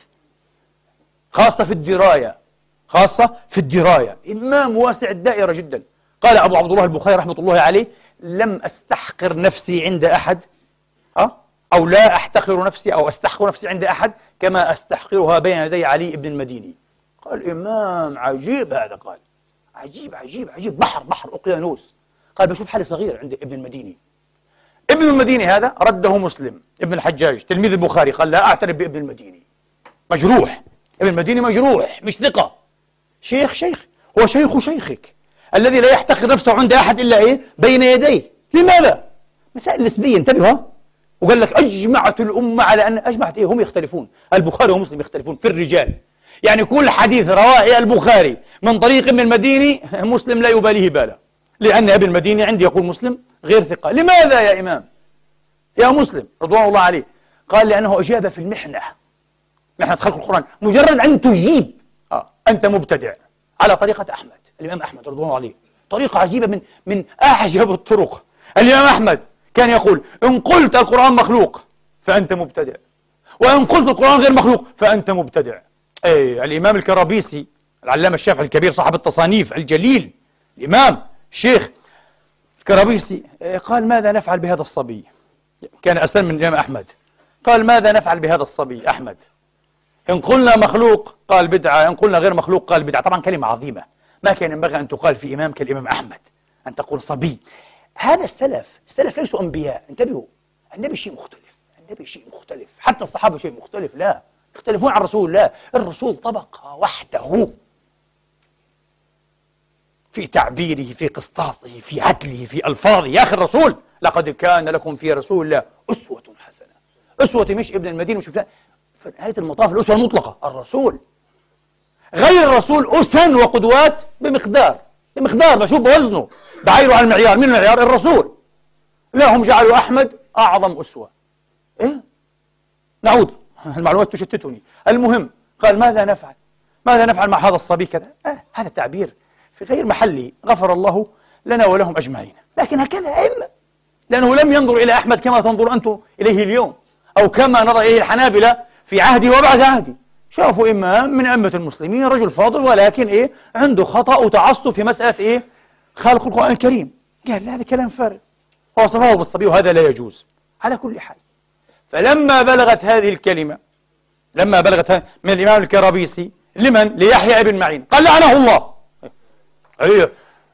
خاصة في الدراية، خاصة في الدراية، إمام واسع الدائرة جدا. قال أبو عبد الله البخاري رحمة الله عليه: لم أستحقر نفسي عند أحد، أه؟ أو لا أحتقر نفسي أو أستحقر نفسي عند أحد كما أستحقرها بين يدي علي بن المديني. قال إمام عجيب هذا، قال عجيب عجيب عجيب، بحر بحر أقيانوس. قال بشوف حالي صغير عند ابن المديني. ابن المديني هذا رده مسلم ابن الحجاج تلميذ البخاري، قال لا أعترف بابن المديني، مجروح، ابن المديني مجروح، مش ثقة. شيخ شيخ هو شيخ شيخك الذي لا يحتقر نفسه عند أحد إلا إيه؟ بين يديه. لماذا؟ مسائل نسبية، انتبهوا. وقال لك أجمعت الأمة على أن أجمعت إيه؟ هم يختلفون، البخاري ومسلم يختلفون في الرجال. يعني كل حديث رواه البخاري من طريق ابن المديني مسلم لا يباليه بالا، لأن ابن المديني عندي يقول مسلم غير ثقة. لماذا يا إمام يا مسلم رضوان الله عليه؟ قال لأنه أجاب في المحنة، محنة خلق القرآن. مجرد أن تجيب آه. أنت مبتدع، على طريقة أحمد، الإمام أحمد رضوان الله عليه، طريقة عجيبة من من أعجب الطرق. الإمام أحمد كان يقول: إن قلت القرآن مخلوق فأنت مبتدع، وإن قلت القرآن غير مخلوق فأنت مبتدع. أي الإمام الكرابيسي العلامة الشافعي الكبير صاحب التصانيف الجليل، الإمام الشيخ الكرابيسي قال: ماذا نفعل بهذا الصبي؟ كان أسلم من الإمام أحمد. قال: ماذا نفعل بهذا الصبي أحمد؟ إن قلنا مخلوق قال بدعة، إن قلنا غير مخلوق قال بدعة. طبعا كلمة عظيمة ما كان ينبغي أن تقال في إمام كالإمام أحمد، أن تقول صبي. هذا السلف، السلف ليسوا أنبياء، انتبهوا. النبي شيء مختلف، النبي شيء مختلف، حتى الصحابة شيء مختلف، لا يختلفون عن رسول الله. الرسول طبقة وحده في تعبيره، في قسطاسه، في عدله، في ألفاظه. يا أخي الرسول: لقد كان لكم في رسول الله أسوة حسنة. أسوة مش ابن المدينة، مش فلان، في نهاية المطاف الأسوة المطلقة الرسول. غير الرسول أسن وقدوات بمقدار، بمقدار بشوف بوزنه، بعيره على المعيار. من المعيار؟ الرسول. لا، هم جعلوا أحمد أعظم أسوة. إيه؟ نعود، المعلومات تشتتني. المهم، قال: ماذا نفعل؟ ماذا نفعل مع هذا الصبي كذا؟ آه هذا تعبير في غير محله، غفر الله لنا ولهم أجمعين. لكن هكذا أئمة، لأنه لم ينظر إلى أحمد كما تنظر أنتم إليه اليوم، أو كما نظر إليه الحنابلة في عهدي وبعد عهدي. شافوا إمام من أئمة المسلمين، رجل فاضل، ولكن إيه؟ عنده خطأ وتعصب في مسألة إيه؟ خالق القرآن الكريم. قال: لا، هذا كلام فارغ، وصفه بالصبي، وهذا لا يجوز. على كل حال، فلما بلغت هذه الكلمة، لما بلغت من الإمام الكرابيسي لمن؟ ليحيى ابن معين، قال: لعنه الله. أيه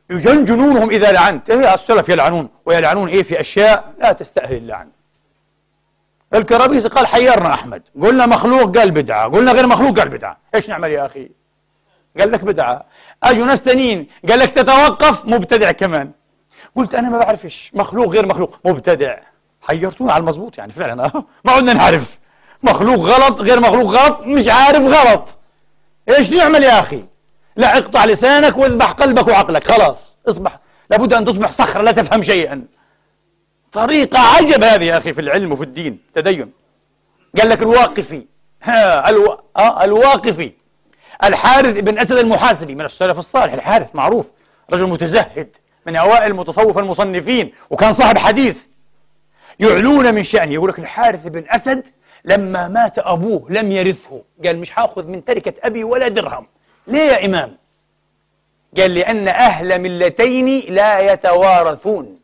يجنجنونهم إذا لعنت. إيه السلف يلعنون، ويلعنون إيه في أشياء لا تستأهل اللعن. الكرابيسي قال حيرنا أحمد، قلنا مخلوق قال بدعة، قلنا غير مخلوق قال بدعة، إيش نعمل يا أخي؟ قال لك بدعة. أجوا ناس تانيين قال لك تتوقف، مبتدع كمان. قلت أنا ما بعرفش مخلوق غير مخلوق، مبتدع. حيرتونا على المضبوط يعني فعلا. أه ما عدنا نعرف مخلوق غلط غير مخلوق غلط، مش عارف غلط. إيش نعمل يا أخي؟ لا اقطع لسانك واذبح قلبك وعقلك، خلاص اصبح لابد أن تصبح صخرة لا تفهم شيئا. طريقة عجب هذه يا أخي في العلم وفي الدين تدين. قال لك الواقفي، ها الو... آه الواقفي الحارث بن أسد المحاسبي من السلف الصالح. الحارث معروف رجل متزهد من أوائل المتصوفة المصنفين، وكان صاحب حديث. يعلون من شأنه، يقول لك الحارث بن أسد لما مات أبوه لم يرثه، قال مش هاخذ من تركة أبي ولا درهم. ليه يا إمام؟ قال لأن أهل ملتين لا يتوارثون.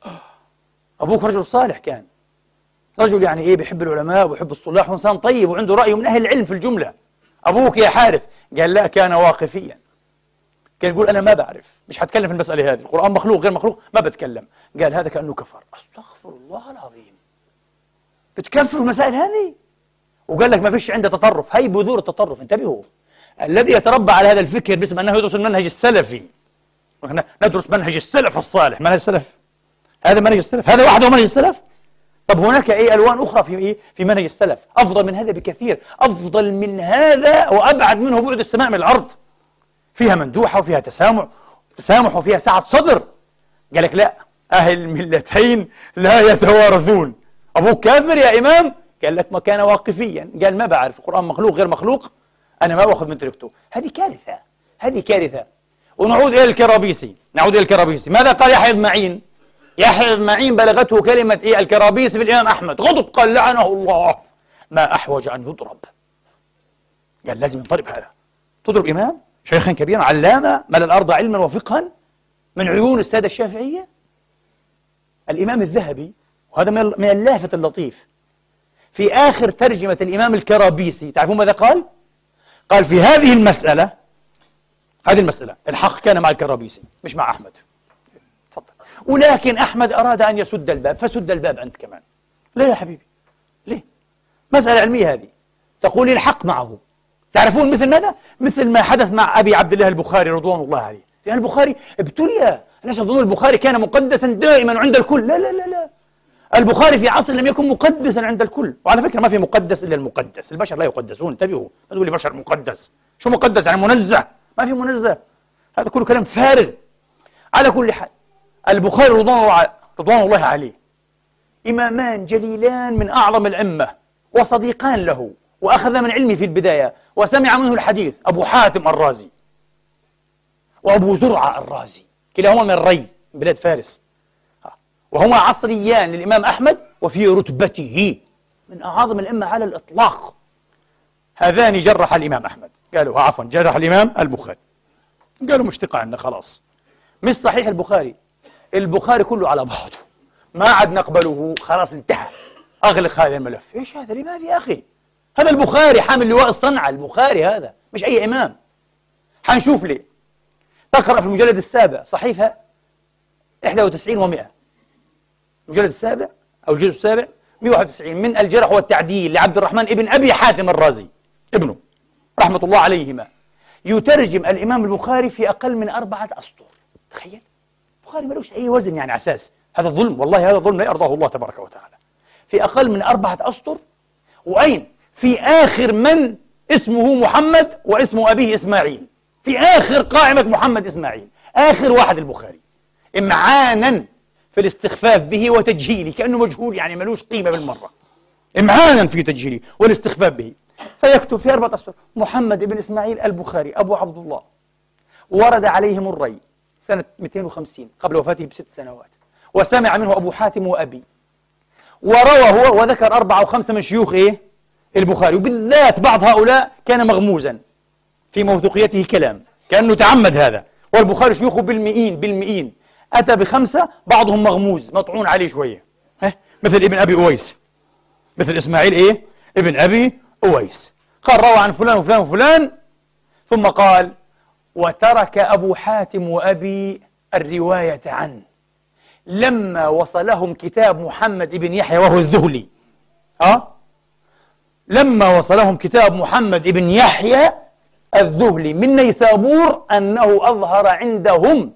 أبوك رجل صالح كان، رجل يعني إيه بيحب العلماء ويحب الصلاح وإنسان طيب وعنده رأي من أهل العلم في الجملة. أبوك يا حارث قال لا، كان واقفيا، كان يقول أنا ما بعرف، مش هتكلم في المسألة هذه، القرآن مخلوق غير مخلوق ما بتكلم. قال هذا كأنه كفر. أستغفر الله العظيم، بتكفروا المسائل هذه؟ وقال لك ما فيش عنده تطرف. هي بذور التطرف، انتبهوا. الذي يتربى على هذا الفكر باسم أنه يدرس المنهج السلفي، نحن ندرس منهج السلف الصالح. منهج السلف هذا منهج السلف، هذا وحده منهج السلف. طب هناك أي ألوان أخرى في إيه؟ في منهج السلف أفضل من هذا بكثير، أفضل من هذا وأبعد منه بعد السماء من الأرض. فيها مندوحة وفيها تسامح تسامح وفيها سعة صدر. قال لك لا، أهل الملتين لا يتوارثون. أبوك كافر يا إمام؟ قال لك ما كان واقفيا، قال ما بعرف القرآن مخلوق غير مخلوق، أنا ما بأخذ من تركته. هذه كارثة، هذه كارثة. ونعود إلى الكرابيسي، نعود إلى الكرابيسي. ماذا قال يحيى بن معين؟ يحيى بن معين بلغته كلمة إيه الكرابيسي في الإمام أحمد، غضب، قال لعنه الله، ما أحوج أن يضرب. قال لازم ينضرب هذا. تضرب إمام شيخا كبيرا علامة ملأ الأرض علما وفقها من عيون السادة الشافعية؟ الإمام الذهبي، وهذا من اللافت اللطيف، في آخر ترجمة الإمام الكرابيسي تعرفون ماذا قال؟ قال في هذه المسألة، هذه المسألة الحق كان مع الكرابيسي مش مع أحمد. تفضل. ولكن أحمد أراد أن يسد الباب، فسد الباب أنت كمان. ليه يا حبيبي؟ ليه؟ مسألة علمية هذه، تقول الحق معه. تعرفون مثل ماذا؟ مثل ما حدث مع أبي عبد الله البخاري رضوان الله عليه. لأن البخاري ابتلي، الناس يظنون البخاري كان مقدسا دائما عند الكل. لا لا لا لا، البخاري في عصر لم يكن مقدسا عند الكل. وعلى فكرة ما في مقدس إلا المقدس، البشر لا يقدسون، انتبهوا. ما تقول لي بشر مقدس، شو مقدس يعني منزه؟ ما في منزه، هذا كله كلام فارغ. على كل حال البخاري رضوان الله عليه إمامان جليلان من أعظم الأئمة وصديقان له، وأخذ من علمه في البداية وسمع منه الحديث أبو حاتم الرازي وأبو زرعة الرازي، كلاهما من الري من بلاد فارس، وهما عصريان للإمام أحمد وفي رتبته من أعظم الأئمة على الإطلاق. هذان جرح الإمام أحمد، قالوا عفوا جرح الإمام البخاري، قالوا مشتقة عندنا خلاص، مش صحيح البخاري، البخاري كله على بعضه ما عاد نقبله، خلاص انتهى، أغلق هذا الملف. إيش هذا؟ لماذا يا أخي؟ هذا البخاري حامل لواء الصنعة، البخاري هذا مش أي إمام. حنشوف ليه. تقرأ في المجلد السابع صحيفة إحدى وتسعين ومئة، المجلد السابع أو الجزء السابع مئة وواحد وتسعين من الجرح والتعديل لعبد الرحمن ابن أبي حاتم الرازي ابنه رحمة الله عليهما، يترجم الإمام البخاري في أقل من أربعة أسطر. تخيل، البخاري ملوش أي وزن يعني أساس، هذا ظلم، والله هذا ظلم لا يرضاه الله تبارك وتعالى. في أقل من أربعة أسطر، وأين؟ في آخر من اسمه محمد واسم أبيه إسماعيل، في آخر قائمة محمد إسماعيل، آخر واحد البخاري، إمعانا في الاستخفاف به وتجهيله، كأنه مجهول يعني ملوش قيمة بالمرة، إمعانا في تجهيله والاستخفاف به. فيكتب في أربعة أسطر محمد بن إسماعيل البخاري أبو عبد الله، ورد عليهم الري سنة مئتين وخمسين قبل وفاته بست سنوات، وسمع منه أبو حاتم وأبي، وروى هو وذكر أربعة أو خمسة من شيوخ إيه؟ البخاري، وبالذات بعض هؤلاء كان مغموزا في موثوقيته كلام، كأنه تعمد هذا، والبخاري شيوخه بالمئين بالمئين، أتى بخمسة بعضهم مغموز مطعون عليه شوية، مثل ابن أبي أويس، مثل إسماعيل إيه؟ ابن أبي أويس، قال روى عن فلان وفلان وفلان، ثم قال وترك أبو حاتم وأبي الرواية عنه لما وصلهم كتاب محمد بن يحيى وهو الذهلي. أه؟ لما وصلهم كتاب محمد بن يحيى الذهلي من نيسابور أنه أظهر عندهم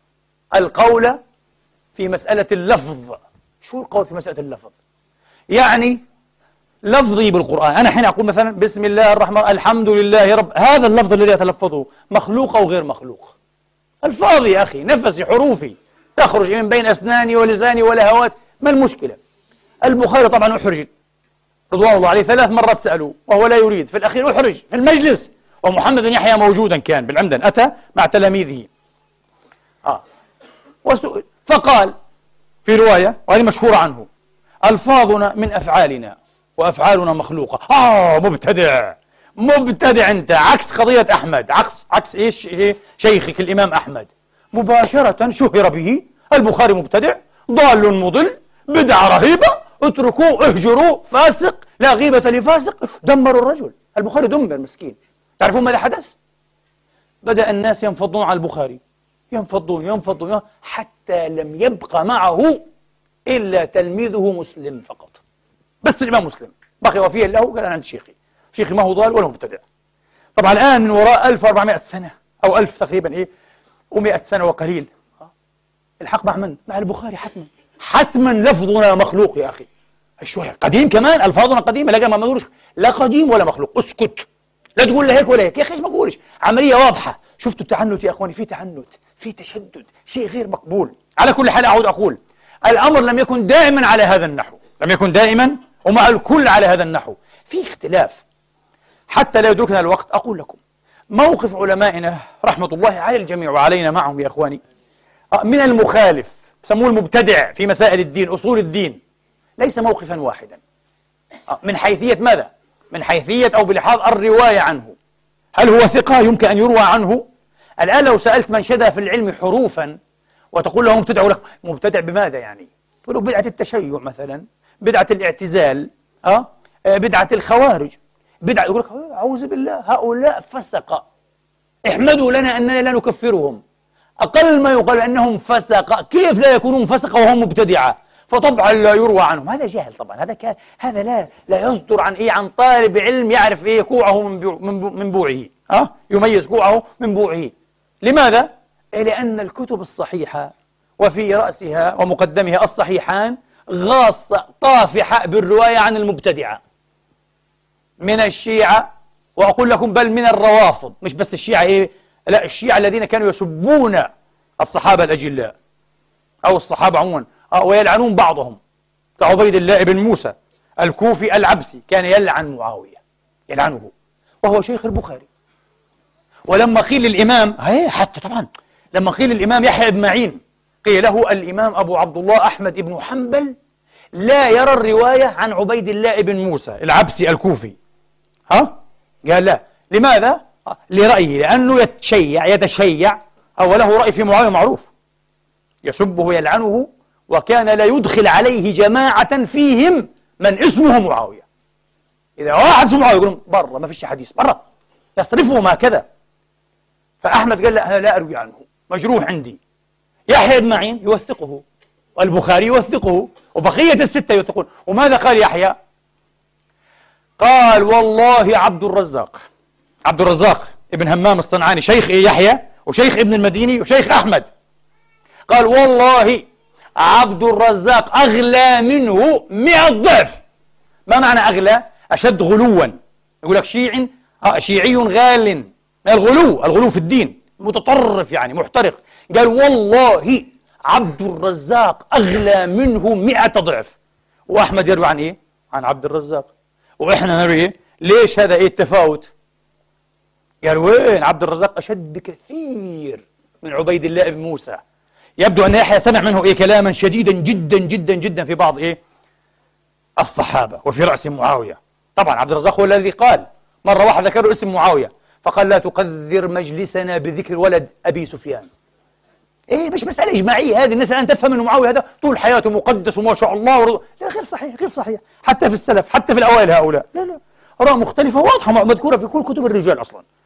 القول في مسألة اللفظ. شو القول في مسألة اللفظ؟ يعني لفظي بالقرآن، أنا حين أقول مثلا بسم الله الرحمن الحمد لله رب، هذا اللفظ الذي أتلفظه مخلوق أو غير مخلوق؟ الفاظي يا أخي، نفسي، حروفي تخرج من بين أسناني ولساني ولهوات، ما المشكلة؟ البخاري طبعا أحرج رضوان الله عليه، ثلاث مرات سألوه وهو لا يريد، في الأخير أحرج في المجلس ومحمد بن يحيى موجودا كان بالعمدن، أتى مع تلاميذه آه. وسئل فقال في رواية وهذه مشهورة عنه: ألفاظنا من أفعالنا وأفعالنا مخلوقة. آه مبتدع، مبتدع أنت، عكس قضية أحمد، عكس عكس إيش شيخك الإمام أحمد، مباشرة شهر به البخاري مبتدع ضال مضل بدعة رهيبة، اتركوه اهجروا فاسق لا غيبة لفاسق، دمروا الرجل. البخاري دمر مسكين. تعرفون ماذا حدث؟ بدأ الناس ينفضون على البخاري، ينفضون ينفضون حتى لم يبقى معه إلا تلميذه مسلم فقط، بس الإمام مسلم بقي وفيا له، قال أنا عند شيخي، شيخي ما هو ضال ولا مبتدع. طبعا الآن من وراء ألف وأربعمائة سنة أو ألف تقريبا إيه ومئة سنة وقليل، الحق مع من؟ مع البخاري حتما. حتما لفظنا مخلوق يا أخي، شوية قديم كمان، ألفاظنا قديمة، لا ما نقولش لا قديم ولا مخلوق، اسكت، لا تقول لا هيك ولا هيك يا أخي، ما تقولش، عملية واضحة. شفتوا التعنت يا أخواني؟ في تعنت، في تشدد، شيء غير مقبول. على كل حال أعود أقول الأمر لم يكن دائما على هذا النحو، لم يكن دائما ومع الكل على هذا النحو، في اختلاف. حتى لا يدركنا الوقت أقول لكم موقف علمائنا رحمة الله على الجميع وعلينا معهم يا إخواني من المخالف، سموه المبتدع في مسائل الدين أصول الدين، ليس موقفا واحدا. من حيثية ماذا؟ من حيثية أو بلحاظ الرواية عنه، هل هو ثقة يمكن أن يروى عنه؟ الآن لو سألت من شدى في العلم حروفا وتقول له مبتدع، لك مبتدع بماذا يعني؟ تقول له بدعة التشيع مثلا، بدعة الاعتزال، أه؟ بدعة الخوارج، بدعة، يقول لك أعوذ بالله هؤلاء فسقة، احمدوا لنا أننا لا نكفرهم، أقل ما يقال أنهم فسقة، كيف لا يكونون فسقة وهم مبتدعة؟ فطبعا لا يروى عنهم، هذا جهل طبعا، هذا كان هذا لا لا يصدر عن إيه؟ عن طالب علم يعرف إيه كوعه من بيع من, بو من بوعه، أه؟ يميز كوعه من بوعه. لماذا؟ إيه لأن الكتب الصحيحة وفي رأسها ومقدمها الصحيحان غاصة طافحة بالرواية عن المبتدعة من الشيعة، وأقول لكم بل من الروافض، مش بس الشيعة إيه؟ لا، الشيعة الذين كانوا يسبون الصحابة الأجلاء أو الصحابة عموما ويلعنون بعضهم، كعبيد الله بن موسى الكوفي العبسي كان يلعن معاوية، يلعنه وهو شيخ البخاري. ولما قيل للإمام هي حتى طبعا لما قيل للإمام يحيى بن معين، قيل له الإمام أبو عبد الله أحمد بن حنبل لا يرى الرواية عن عبيد الله بن موسى العبسي الكوفي، ها؟ قال لا، لماذا؟ لرأيه، لأنه يتشيع يتشيع أو له رأي في معاوية معروف، يسبه يلعنه، وكان لا يدخل عليه جماعة فيهم من اسمه معاوية. إذا واحد اسمه معاوية يقولون برا، ما فيش حديث، برا، يصرفهم هكذا. فأحمد قال لا، أنا لا أروي عنه، مجروح عندي. يحيى بن معين يوثقه، والبخاري يوثقه، وبقية الستة يوثقون. وماذا قال يحيى؟ قال والله عبد الرزاق، عبد الرزاق ابن همام الصنعاني شيخ يحيى وشيخ ابن المديني وشيخ أحمد، قال والله عبد الرزاق أغلى منه مئة ضعف. ما معنى أغلى؟ أشد غلوا، يقول لك شيعي آه شيعي غال، الغلو، الغلو في الدين، متطرف يعني محترق. قال والله عبد الرزاق أغلى منه مئة ضعف. وأحمد يروي عن إيه؟ عن عبد الرزاق، وإحنا نروي إيه؟ ليش هذا إيه التفاوت؟ قال وين؟ عبد الرزاق أشد بكثير من عبيد الله بن موسى. يبدو أن يحيى سمع منه إيه كلاما شديدا جدا جدا جدا في بعض إيه الصحابة وفي رأس معاوية. طبعا عبد الرزاق هو الذي قال مرة واحد ذكروا اسم معاوية فقال لا تقذر مجلسنا بذكر ولد أبي سفيان. إيه مش مسألة إجماعية هذه، الناس الآن تفهم أن معاوية هذا طول حياته مقدس وما شاء الله ورضو. لا، غير صحيح، غير صحيح، حتى في السلف، حتى في الأوائل هؤلاء، لا لا، آراء مختلفة واضحة مذكورة في كل كتب الرجال أصلا.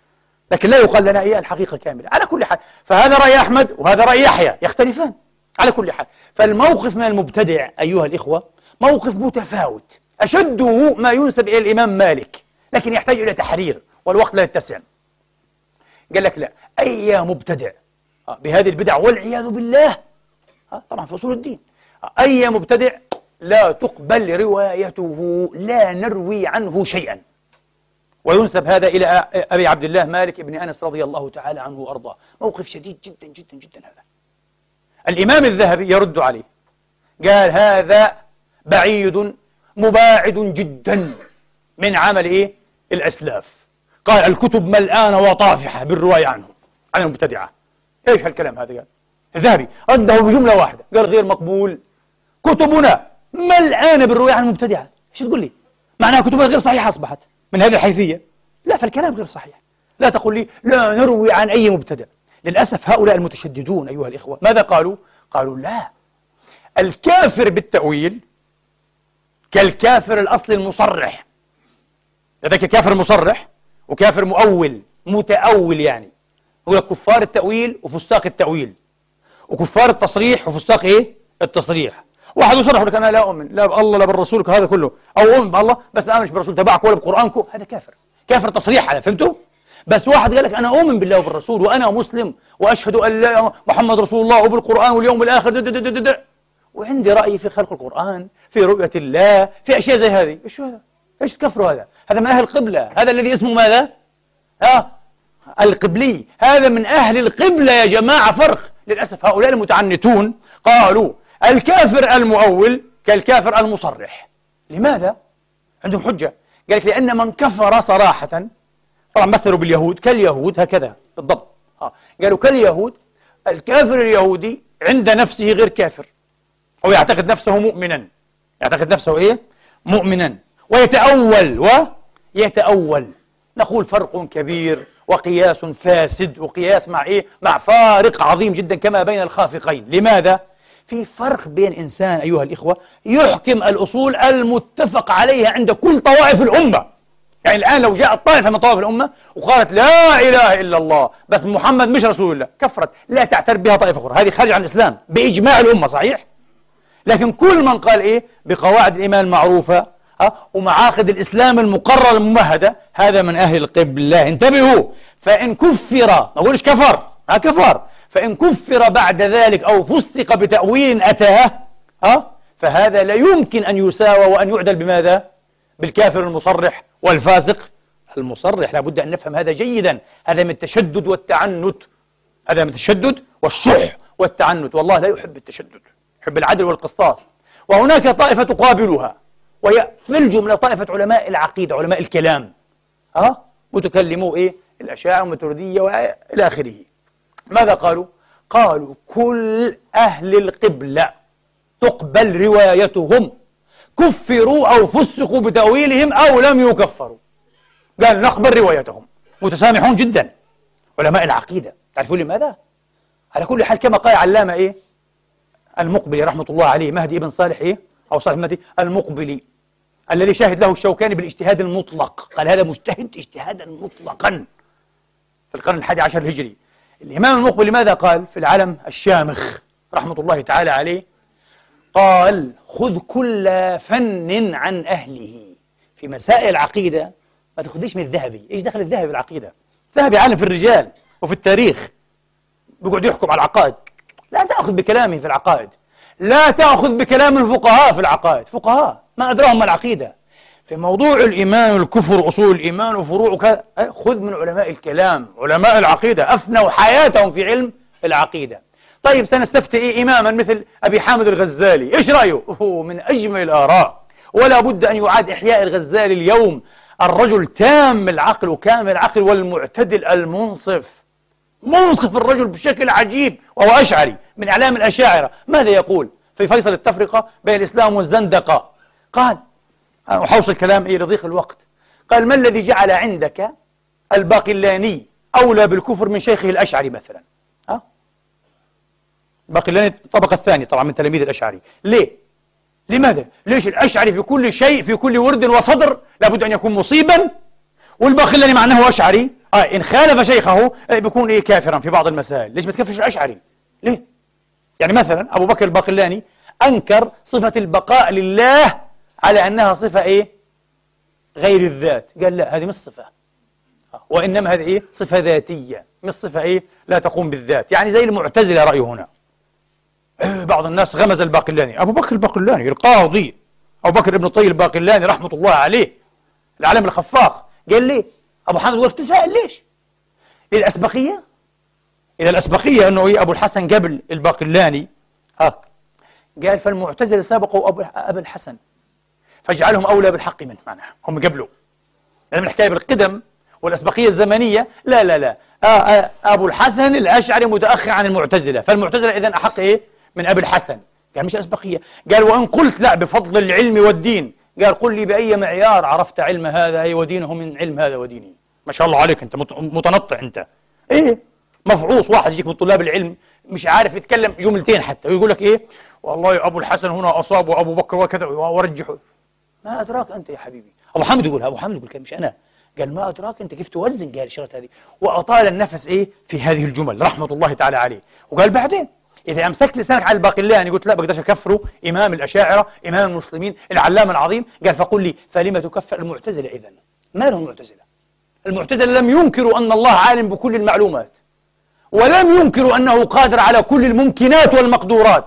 لكن لا يقال لنا إيه الحقيقة كاملة. على كل حال، فهذا رأي أحمد وهذا رأي يحيى يختلفان على كل حال. فالموقف من المبتدع أيها الإخوة موقف متفاوت، أشده ما ينسب إلى الإمام مالك، لكن يحتاج إلى تحرير والوقت لا يتسع. قال لك لا، أي مبتدع بهذه البدع والعياذ بالله، طبعا في أصول الدين، أي مبتدع لا تقبل روايته، لا نروي عنه شيئا. وينسب هذا إلى أبي عبد الله مالك بن أنس رضي الله تعالى عنه وأرضاه. موقف شديد جدا جدا جدا هذا. الإمام الذهبي يرد عليه، قال هذا بعيد مباعد جدا من عمل إيه؟ الأسلاف. قال الكتب ملآنة وطافحة بالرواية عنه، عن المبتدعة. إيش هالكلام هذا؟ قال الذهبي رده بجملة واحدة، قال غير مقبول. كتبنا ملآنة بالرواية عن المبتدعة. إيش تقول لي؟ معناها كتبنا غير صحيحة أصبحت من هذه الحيثية؟ لا، فالكلام غير صحيح. لا تقول لي لا نروي عن أي مبتدع. للأسف هؤلاء المتشددون أيها الإخوة ماذا قالوا؟ قالوا لا، الكافر بالتأويل كالكافر الأصلي المصرح. لذلك كافر مصرح وكافر مؤول متأول، يعني يقول لك كفار التأويل وفساق التأويل، وكفار التصريح وفساق إيه؟ التصريح. واحد يصرح يقول لك أنا لا أؤمن لا بالله لا بالرسول هذا كله، أو أؤمن بالله بس لا أؤمن بالرسول تبعك ولا بقرآنكم، هذا كافر، كافر تصريح. هذا فهمتوا؟ بس واحد قال لك أنا أؤمن بالله وبالرسول وأنا مسلم وأشهد أن لا محمد رسول الله وبالقرآن واليوم الآخر دي دي دي دي دي. وعندي رأي في خلق القرآن، في رؤية الله، في أشياء زي هذه. إيش هذا؟ إيش تكفروا هذا؟ هذا من أهل القبلة، هذا الذي اسمه ماذا؟ ها؟ القبلي، هذا من أهل القبلة يا جماعة. فرق. للأسف هؤلاء المتعنتون قالوا الكافر المؤول كالكافر المصرح. لماذا؟ عندهم حجة. قال لك لأن من كفر صراحة، طبعا مثلوا باليهود كاليهود هكذا بالضبط. ها. قالوا كاليهود، الكافر اليهودي عند نفسه غير كافر، هو يعتقد نفسه مؤمنا، يعتقد نفسه إيه؟ مؤمنا، ويتأول ويتأول. نقول فرق كبير وقياس فاسد، وقياس مع إيه؟ مع فارق عظيم جدا كما بين الخافقين. لماذا؟ في فرق بين إنسان أيها الإخوة يحكم الأصول المتفق عليها عند كل طوائف الأمة. يعني الآن لو جاءت طائفة من طوائف الأمة وقالت لا إله إلا الله بس محمد مش رسول الله، كفرت، لا تعترف بها طائفة أخرى، هذه خارج عن الإسلام بإجماع الأمة، صحيح؟ لكن كل من قال إيه؟ بقواعد الإيمان المعروفة أه؟ ومعاقد الإسلام المقررة الممهدة، هذا من أهل القبلة. انتبهوا، فإن كفر، ما أقولش كفر، ها كفر، فإن كفر بعد ذلك أو فسق بتأويل أتاه أه؟ فهذا لا يمكن أن يساوى وأن يعدل بماذا؟ بالكافر المصرح والفاسق المصرح. لابد أن نفهم هذا جيدا. هذا من التشدد والتعنت، هذا من التشدد والشح والتعنت. والله لا يحب التشدد، يحب العدل والقسطاس. وهناك طائفة تقابلها، وهي في الجملة طائفة علماء العقيدة، علماء الكلام، ها متكلموا إيه؟ الأشاعرة والماتريدية وإلى آخره. ماذا قالوا؟ قالوا كل أهل القبلة تقبل روايتهم، كفروا أو فسقوا بتأويلهم أو لم يكفروا. قال نقبل روايتهم، متسامحون جدا علماء العقيدة. تعرفون لماذا؟ على كل حال كما قال علامة إيه؟ المقبلي رحمة الله عليه، مهدي ابن صالح إيه؟ أو صالح مهدي المقبلي، الذي شاهد له الشوكاني بالاجتهاد المطلق، قال هذا مجتهد اجتهادا مطلقا في القرن الحادي عشر الهجري. الإمام المقبلي ماذا قال في العلم الشامخ رحمة الله تعالى عليه؟ قال خذ كل فن عن أهله. في مسائل العقيدة ما تأخذيش من الذهبي. إيش دخل الذهبي بالعقيدة؟ الذهبي عالم في الرجال وفي التاريخ، بيقعد يحكم على العقائد. لا تأخذ بكلامه في العقائد، لا تأخذ بكلام الفقهاء في العقائد. فقهاء ما أدراهم ما العقيدة. في موضوع الإيمان والكفر، أصول الإيمان وفروعه، خذ من علماء الكلام، علماء العقيدة أفنوا حياتهم في علم العقيدة. طيب سنستفتي إيه إماما مثل أبي حامد الغزالي، إيش رأيه؟ هو من أجمل الآراء، ولا بد أن يعاد إحياء الغزالي اليوم. الرجل تام العقل وكامل العقل والمعتدل المنصف، منصف الرجل بشكل عجيب، وهو أشعري من إعلام الأشاعرة. ماذا يقول في فيصل التفرقة بين الإسلام والزندقة؟ قال، أنا أحوصل الكلام إيه لضيق الوقت، قال ما الذي جعل عندك الباقلاني أولى بالكفر من شيخه الأشعري مثلا؟ ها؟ الباقلاني الطبقة الثانية طبعا من تلاميذ الأشعري. ليه؟ لماذا؟ ليش الأشعري في كل شيء، في كل ورد وصدر لابد أن يكون مصيبا، والباقلاني مع أنه أشعري آه إن خالف شيخه آه بيكون إيه كافرا في بعض المسائل. ليش ما تكفرش الأشعري؟ ليه؟ يعني مثلا أبو بكر الباقلاني أنكر صفة البقاء لله على أنها صفة إيه؟ غير الذات. قال لا، هذه مش صفة، وإنما هذه إيه؟ صفة ذاتية، مش صفة إيه؟ لا تقوم بالذات. يعني زي المعتزلة رأيه هنا. إيه بعض الناس غمز الباقلاني. أبو بكر الباقلاني القاضي أبو بكر ابن طي الباقلاني رحمة الله عليه العالم الخفاق، قال ليه؟ أبو حامد الورد تساءل ليش؟ للأسبقية؟ إذا الأسبقية أنه إيه أبو الحسن قبل الباقلاني آه. قال فالمعتزلة سبقوا أبو أبو الحسن فاجعلهم أولى بالحق منه، معناها هم قبلوا. يعني الحكاية بالقدم والأسبقية الزمنية لا لا لا آه آه أبو الحسن الأشعري متأخر عن المعتزلة، فالمعتزلة إذن أحق إيه من أبي الحسن. قال مش الأسبقية. قال وإن قلت لا بفضل العلم والدين، قال قل لي بأي معيار عرفت علم هذا ودينه من علم هذا وديني؟ ما شاء الله عليك أنت متنطع أنت إيه مفعوص. واحد يجيك من طلاب العلم مش عارف يتكلم جملتين حتى ويقول لك إيه والله أبو الحسن هنا أصاب وأبو بكر وكذا ورجحه. ما أدراك أنت يا حبيبي؟ أبو حامد يقولها، أبو حامد يقول كلام مش أنا. قال ما أدراك أنت كيف توزن قال الشغلات هذه، وأطال النفس إيه في هذه الجمل رحمة الله تعالى عليه. وقال بعدين إذا أمسكت لسانك على الباقلاني قلت لا بقدرش أكفره إمام الأشاعرة إمام المسلمين العلامة العظيم، قال فقل لي فلما تكفر المعتزلة إذن؟ ما لهم المعتزلة؟ المعتزلة لم ينكروا أن الله عالم بكل المعلومات، ولم ينكروا أنه قادر على كل الممكنات والمقدورات،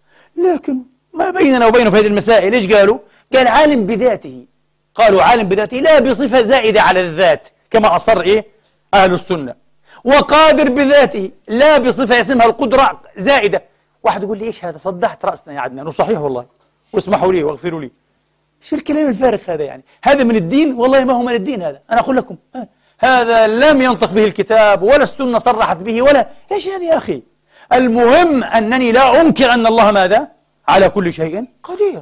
لكن ما بيننا وبينه في هذه المسائل إيش قالوا؟ قال عالم بذاته. قالوا عالم بذاته لا بصفة زائدة على الذات كما أصر إيه أهل السنة، وقادر بذاته لا بصفة اسمها القدرة زائدة. واحد يقول لي إيش هذا؟ صدحت رأسنا يا عدنان. وصحيح والله، واسمحوا لي واغفروا لي. شو الكلام الفارغ هذا يعني؟ هذا من الدين؟ والله ما هو من الدين هذا. أنا أقول لكم هذا لم ينطق به الكتاب ولا السنة صرحت به ولا إيش هذا يا أخي. المهم أنني لا أنكر أن الله ماذا؟ على كل شيء قدير،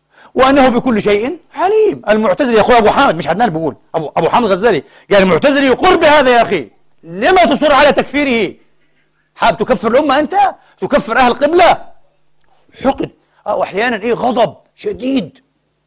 وأنه بكل شيء عليم. المعتزلي يا أخوي أبو حامد مش عدنان بقول، أبو, أبو حامد غزالي قال المعتزلي يقر بهذا يا أخي، لما تصر على تكفيره؟ حاب تكفر الأمة أنت؟ تكفر أهل القبلة؟ حقد أو أحيانا إيه غضب شديد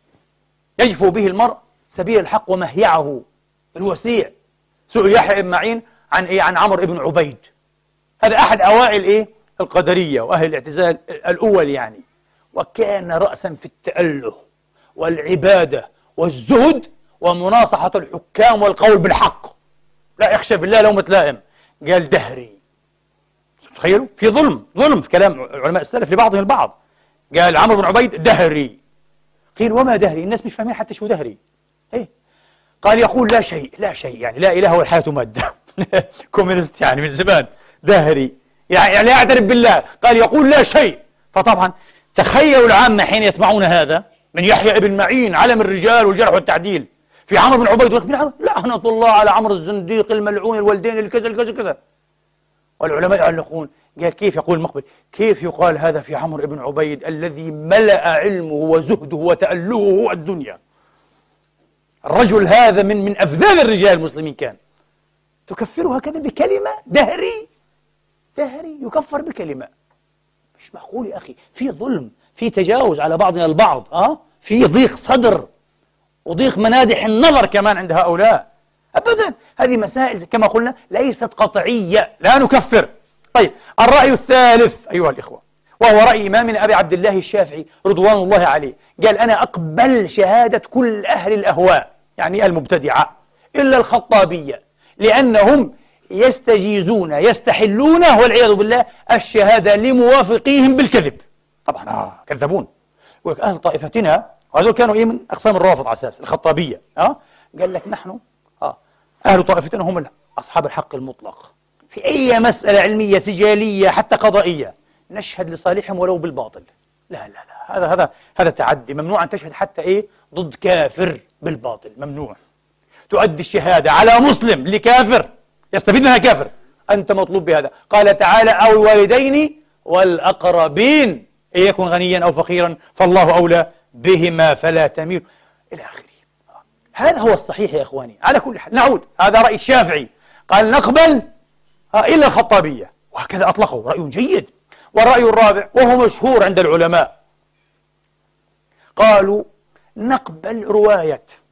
يجفو به المرء سبيل الحق ومهيعه الوسيع. سئل يحيى بن معين عن إيه؟ عن عمرو بن عبيد، هذا أحد أوائل إيه القدرية وأهل الاعتزال الأول يعني، وكان رأسا في التأله والعبادة والزهد ومناصحة الحكام والقول بالحق، لا يخشى بالله لومة لائم. قال دهري. تخيلوا في ظلم ظلم في كلام علماء السلف لبعضهم البعض. قال عمرو بن عبيد دهري. قيل وما دهري؟ الناس مش فاهمين حتى شو دهري. ايه قال يقول لا شيء لا شيء يعني لا إله والحياة مادة كوميونست يعني من زمان. دهري يعني لا يعترف بالله. قال يقول لا شيء. فطبعا تخيلوا العامة حين يسمعون هذا من يحيى بن معين علم الرجال والجرح والتعديل في عمرو بن عبيد بن عمرو لعنة الله على عمرو الزنديق الملعون الولدين الكذا الكذا كذا. والعلماء يعلقون قال كيف يقول المقبل كيف يقال هذا في عمرو بن عبيد الذي ملأ علمه وزهده وتألهه الدنيا؟ الرجل هذا من من أفذاذ الرجال المسلمين كان. تكفره هكذا بكلمة؟ دهري دهري يكفر بكلمة. مش معقول يا أخي. في ظلم، في تجاوز على بعضنا البعض، أه؟ في ضيق صدر وضيق منادح النظر كمان عند هؤلاء. أبدا هذه مسائل كما قلنا ليست قطعية، لا نكفر. طيب الرأي الثالث أيها الإخوة وهو رأي إمامنا أبي عبد الله الشافعي رضوان الله عليه، قال أنا أقبل شهادة كل أهل الأهواء يعني المبتدعة إلا الخطابية، لأنهم يستجيزون يستحلون والعياذ بالله الشهادة لموافقيهم بالكذب. طبعا آه كذبون. يقول لك أهل طائفتنا وهذول كانوا إيه من أقسام الرافض على أساس الخطابية. آه قال لك نحن آه أهل طائفتنا هم أصحاب الحق المطلق في أي مسألة علمية سجالية حتى قضائية نشهد لصالحهم ولو بالباطل. لا لا لا هذا هذا هذا تعدي. ممنوع أن تشهد حتى إيه ضد كافر بالباطل، ممنوع. تؤدي الشهادة على مسلم لكافر يستفيد منها كافر، أنت مطلوب بهذا. قال تعالى أو الوالدين والأقربين إن يكن غنيا أو فقيرا فالله أولى بهما فلا تميل إلى آخره. هذا هو الصحيح يا إخواني. على كل حال نعود، هذا رأي الشافعي قال نقبل إلا الخطابية، وهكذا أطلقوا. رأي جيد. والرأي الرابع وهو مشهور عند العلماء قالوا نقبل رواية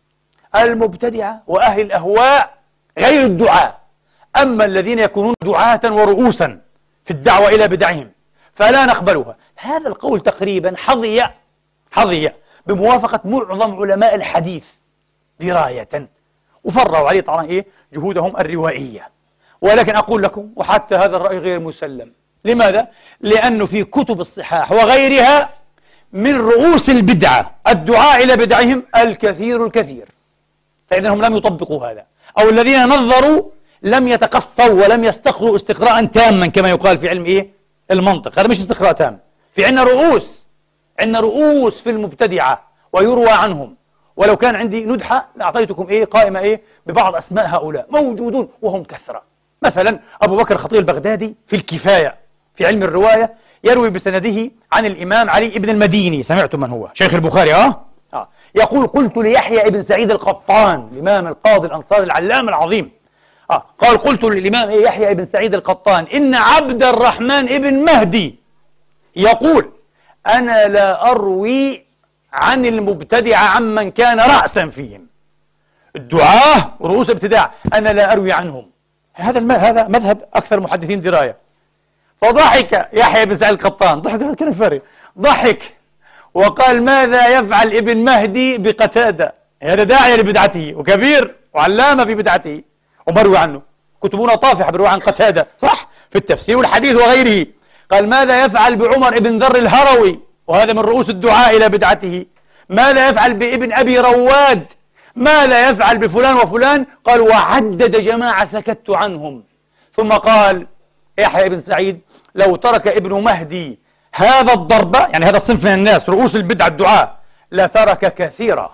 المبتدعة وأهل الأهواء غير الدعاء. أما الذين يكونون دعاة ورؤوسا في الدعوة إلى بدعهم فلا نقبلها. هذا القول تقريبا حظي حظي بموافقة معظم علماء الحديث دراية، وفروا عليه طبعا إيه جهودهم الروائية. ولكن أقول لكم وحتى هذا الرأي غير مسلم. لماذا؟ لأنه في كتب الصحاح وغيرها من رؤوس البدعة الدعاء إلى بدعهم الكثير الكثير، فإنهم لم يطبقوا هذا، أو الذين نظروا لم يتقصوا ولم يستقروا استقراء تاما كما يقال في علم إيه؟ المنطق. هذا مش استقراء تام، في عندنا رؤوس، عندنا رؤوس في المبتدعة ويروى عنهم. ولو كان عندي ندحة لأعطيتكم إيه قائمة إيه ببعض أسماء هؤلاء موجودون وهم كثرة. مثلا أبو بكر الخطيب البغدادي في الكفاية في علم الرواية يروي بسنده عن الإمام علي بن المديني، سمعتم من هو؟ شيخ البخاري. آه؟ آه. يقول: قلت ليحيى بن سعيد القطان، الإمام القاضي الأنصاري العلام العظيم، آه. قال: قلت للإمام يحيى بن سعيد القطان: إن عبد الرحمن بن مهدي يقول: أنا لا أروي عن المبتدع عمن كان رأسا فيهم. الدعاة ورؤوس الابتداع أنا لا أروي عنهم. هذا الم... هذا مذهب أكثر المحدثين دراية. فضحك يحيى بن سعيد القطان، ضحك كان فارغ، ضحك وقال: ماذا يفعل ابن مهدي بقتادة؟ هذا داعية لبدعته وكبير وعلامة في بدعته ومروي عنه، كتبنا طافحة بروي عن قتادة صح في التفسير والحديث وغيره. قال: ماذا يفعل بعمر بن ذر الهروي؟ وهذا من رؤوس الدعاء إلى بدعته. ماذا يفعل بابن أبي رواد؟ ماذا يفعل بفلان وفلان؟ قال: وعدد جماعة سكت عنهم. ثم قال يحيى بن سعيد: لو ترك ابن مهدي هذا الضرب، يعني هذا الصنف من الناس رؤوس البدع الدعاء، لترك كثيرا،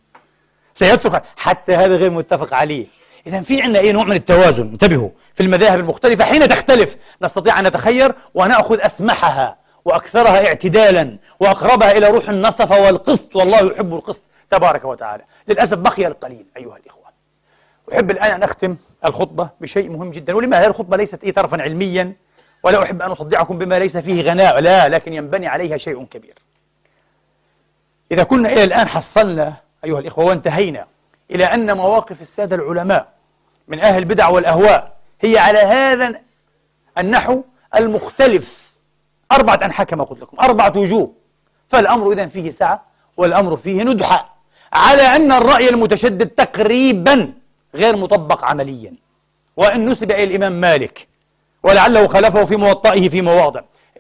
سيترك حتى هذا غير متفق عليه. إذا في عندنا أي نوع من التوازن، انتبهوا، في المذاهب المختلفة حين تختلف نستطيع أن نتخير ونأخذ أسمحها وأكثرها اعتدالا وأقربها إلى روح النصف والقسط، والله يحب القسط تبارك وتعالى. للأسف بقي القليل أيها الإخوة. أحب الآن أن أختم الخطبة بشيء مهم جدا، ولما هذه الخطبة ليست إيه طرفا علميا، ولا أحب أن أصدعكم بما ليس فيه غناء، لا، لكن ينبني عليها شيء كبير. إذا كنا إلى الآن حصلنا أيها الإخوة وانتهينا إلى أن مواقف السادة العلماء من أهل البدع والأهواء هي على هذا النحو المختلف، أربعة أنحاء كما قلت لكم، أربعة وجوه، فالأمر إذن فيه سعة والأمر فيه ندحة، على أن الرأي المتشدد تقريبا غير مطبق عمليا، وإن نسب إلى الإمام مالك ولعله خلفه في موطئه في مواضع.